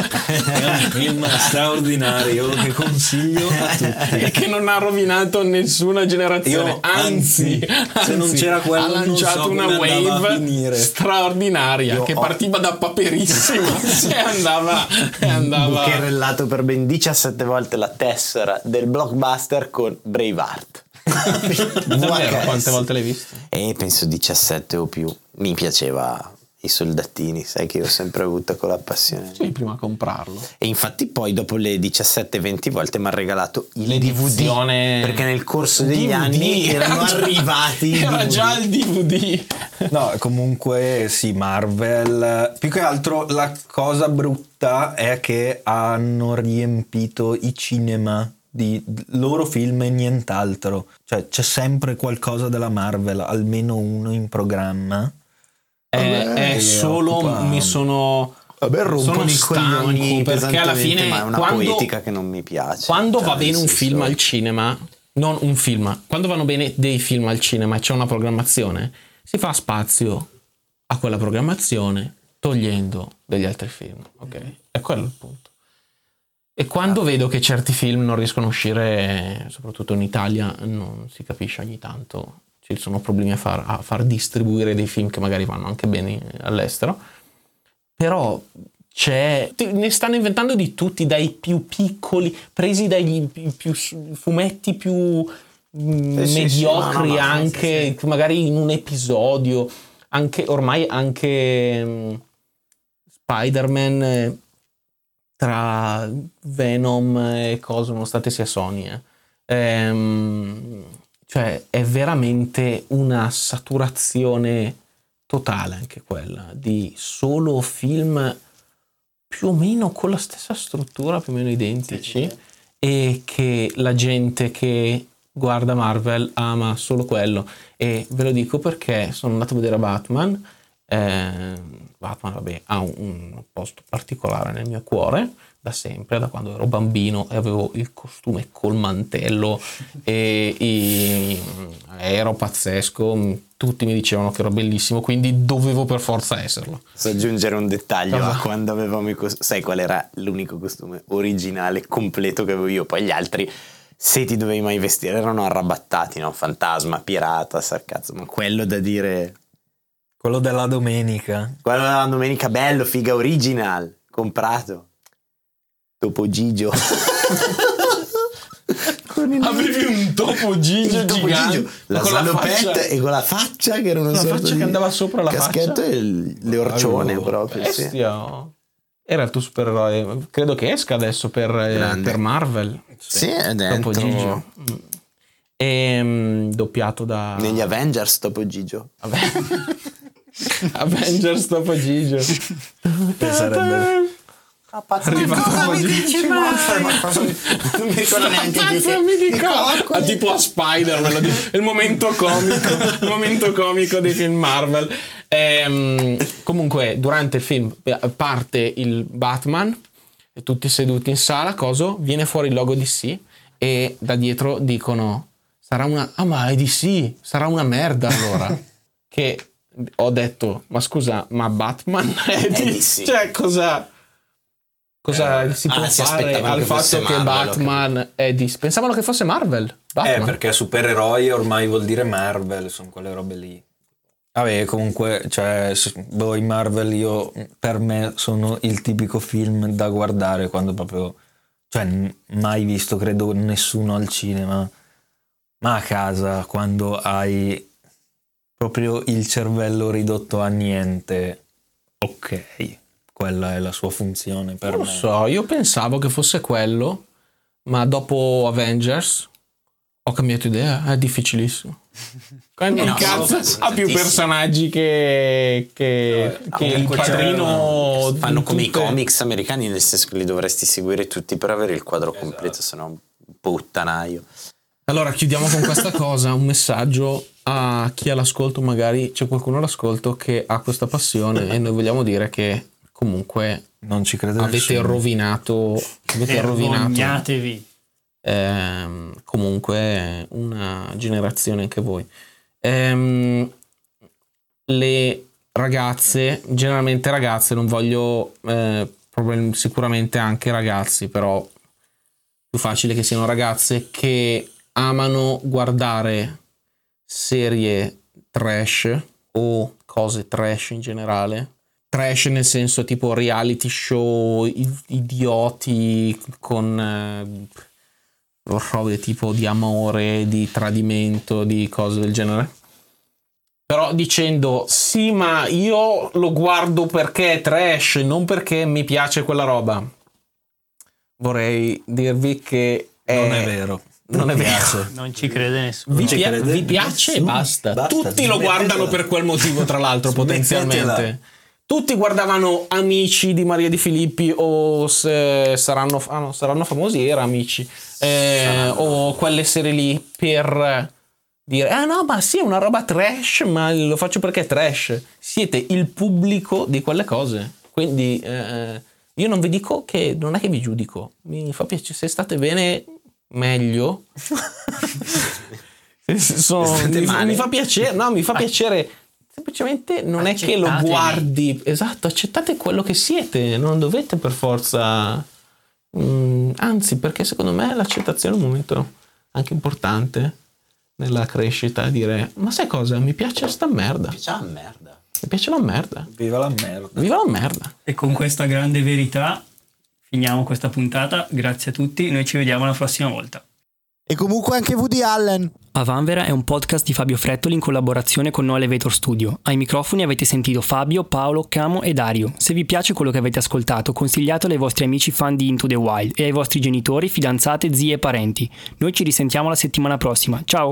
È un film straordinario che consiglio a tutti. E che non ha rovinato nessuna generazione, Io, anzi, anzi, se non c'era quello, ha non lanciato so una come andava a wave finire. straordinaria, Io che ho- partiva da Paperissima e andava, e andava Bucherellato per ben diciassette volte la tessera del Blockbuster con Braveheart. davvero. V H S. Quante volte l'hai visto? E penso diciassette o più. Mi piaceva i soldatini, sai che io ho sempre avuto quella passione. Sì, prima a comprarlo. E infatti poi dopo le diciassette venti volte mi ha regalato il L'edizione- D V D, perché nel corso degli D V D, anni erano era già- arrivati i era D V D. già il D V D. No, comunque sì, Marvel. Più che altro la cosa brutta è che hanno riempito i cinema di loro film e nient'altro. Cioè c'è sempre qualcosa della Marvel, almeno uno in programma. È, Vabbè, è solo occupa- mi sono Vabbè, rompono sono i coglioni stanco, perché alla pesantemente, fine ma è una quando, poetica che non mi piace. quando Cioè, va nel bene un senso- film al cinema, non un film, quando vanno bene dei film al cinema e c'è una programmazione, si fa spazio a quella programmazione togliendo degli altri film, ok? È quello il punto. E quando vedo che certi film non riescono a uscire, soprattutto in Italia, non si capisce, ogni tanto ci sono problemi a far, a far distribuire dei film che magari vanno anche bene all'estero, però c'è, ne stanno inventando di tutti, dai più piccoli, presi dai più, più fumetti più mm, Sì, sì, mediocri, sì, no, no, no, anche magari in un episodio, anche ormai anche mm, Spider-Man, eh, tra Venom e cosa, nonostante sia Sony, eh. Ehm, cioè è veramente una saturazione totale anche quella di solo film più o meno con la stessa struttura, più o meno identici, e che la gente che guarda Marvel ama solo quello, e ve lo dico perché sono andato a vedere Batman. eh, Batman vabbè ha un, un posto particolare nel mio cuore da sempre, da quando ero bambino e avevo il costume col mantello e i, ero pazzesco, tutti mi dicevano che ero bellissimo, quindi dovevo per forza esserlo. Posso aggiungere un dettaglio? Cosa? A quando avevamo i cost- sai qual era l'unico costume originale completo che avevo io? Poi gli altri, se ti dovevi mai vestire, erano arrabattati, no? Fantasma, pirata, sarcazzo, ma quello da dire, Quello della domenica. quello della domenica, bello, figa, original, comprato Topo Gigio. Con il Avevi un Topo Gigio il Topo gigante, Gigio, la con la salopetta faccia- e con la faccia che era una la sorta faccia di che andava sopra la caschetto faccia. e il- le orcione Allora, proprio, sì. bestia. Era il tuo supereroe, credo che esca adesso per, eh, Grande. per Marvel. Sì, è Topo dentro Gigio. Mm. E, mm, doppiato da negli Avengers Topo Gigio. Vabbè. Avengers Topo Gigio. Che sarebbe... Arriva Topo Gigio. Non mi ricordo neanche più che... Fazzami di co- ah, tipo a Spider-Man, lo dico. Il momento comico, il momento comico dei film Marvel. Ehm, comunque, durante il film parte il Batman, e tutti seduti in sala, coso, viene fuori il logo D C e da dietro dicono: sarà una, ah ma è D C, sarà una merda allora. Che ho detto, ma scusa, ma Batman è È D D C? C. Cioè cosa... Cosa Eh, si può ah, si fare aspettavano al che fatto fosse che Marvel, Batman è di... Pensavano che fosse Marvel. Batman. Eh, perché supereroi ormai vuol dire Marvel, sono quelle robe lì. Vabbè, comunque, cioè, s- boh, i Marvel io, per me, sono il tipico film da guardare quando proprio... Cioè, n- mai visto, credo, nessuno al cinema, ma a casa, quando hai proprio il cervello ridotto a niente, ok, quella è la sua funzione per Non lo me. so, io pensavo che fosse quello, ma dopo Avengers ho cambiato idea, è difficilissimo. Quindi No, cazzo, sono ha più tantissimi. personaggi che, che, che il comunque padrino. Fanno di come i tutte- comics americani, nel senso che li dovresti seguire tutti per avere il quadro completo, se no un puttanaio. Allora chiudiamo con questa cosa, un messaggio a chi ha l'ascolto, magari c'è qualcuno all'ascolto che ha questa passione e noi vogliamo dire che comunque Non ci crede avete nessuno. rovinato, avete rovinato Vergognatevi. ehm, comunque una generazione anche voi. Ehm, le ragazze, generalmente ragazze, non voglio eh, probab- sicuramente anche ragazzi, però più facile che siano ragazze che amano guardare serie trash o cose trash in generale. Trash nel senso tipo reality show i- idioti con eh, robe tipo di amore, di tradimento, di cose del genere. Però dicendo sì, ma io lo guardo perché è trash, non perché mi piace quella roba. Vorrei dirvi che Non è vero. non è vero. Non ci crede nessuno. Vi, ci pia- crede vi piace e nessuno. basta. Basta, Tutti lo smettetela. guardano per quel motivo, tra l'altro, Smettetela. potenzialmente. Tutti guardavano Amici di Maria Di Filippi o se saranno, ah no, saranno famosi, era Amici. Eh, o quelle serie lì per dire ah no, ma sì, è una roba trash, ma lo faccio perché è trash. Siete il pubblico di quelle cose. Quindi eh, io non vi dico che non è che vi giudico. Mi fa piacere, se state bene meglio. Sono- State mi, male. mi fa piacere, no, mi fa piacere. Semplicemente non è che lo Accettatevi. guardi, esatto, accettate quello che siete, non dovete per forza. Mm, anzi, perché secondo me l'accettazione è un momento anche importante nella crescita, dire ma sai cosa, mi piace sta merda, C'è una merda. mi piace la merda, Viva la merda. viva la merda. E con questa grande verità finiamo questa puntata. Grazie a tutti, noi ci vediamo la prossima volta. E comunque anche Woody Allen. Avanvera è un podcast di Fabio Frettoli in collaborazione con No Elevator Studio. Ai microfoni avete sentito Fabio, Paolo, Camo e Dario. Se vi piace quello che avete ascoltato, consigliatelo ai vostri amici fan di Into the Wild e ai vostri genitori, fidanzate, zie e parenti. Noi ci risentiamo la settimana prossima. Ciao!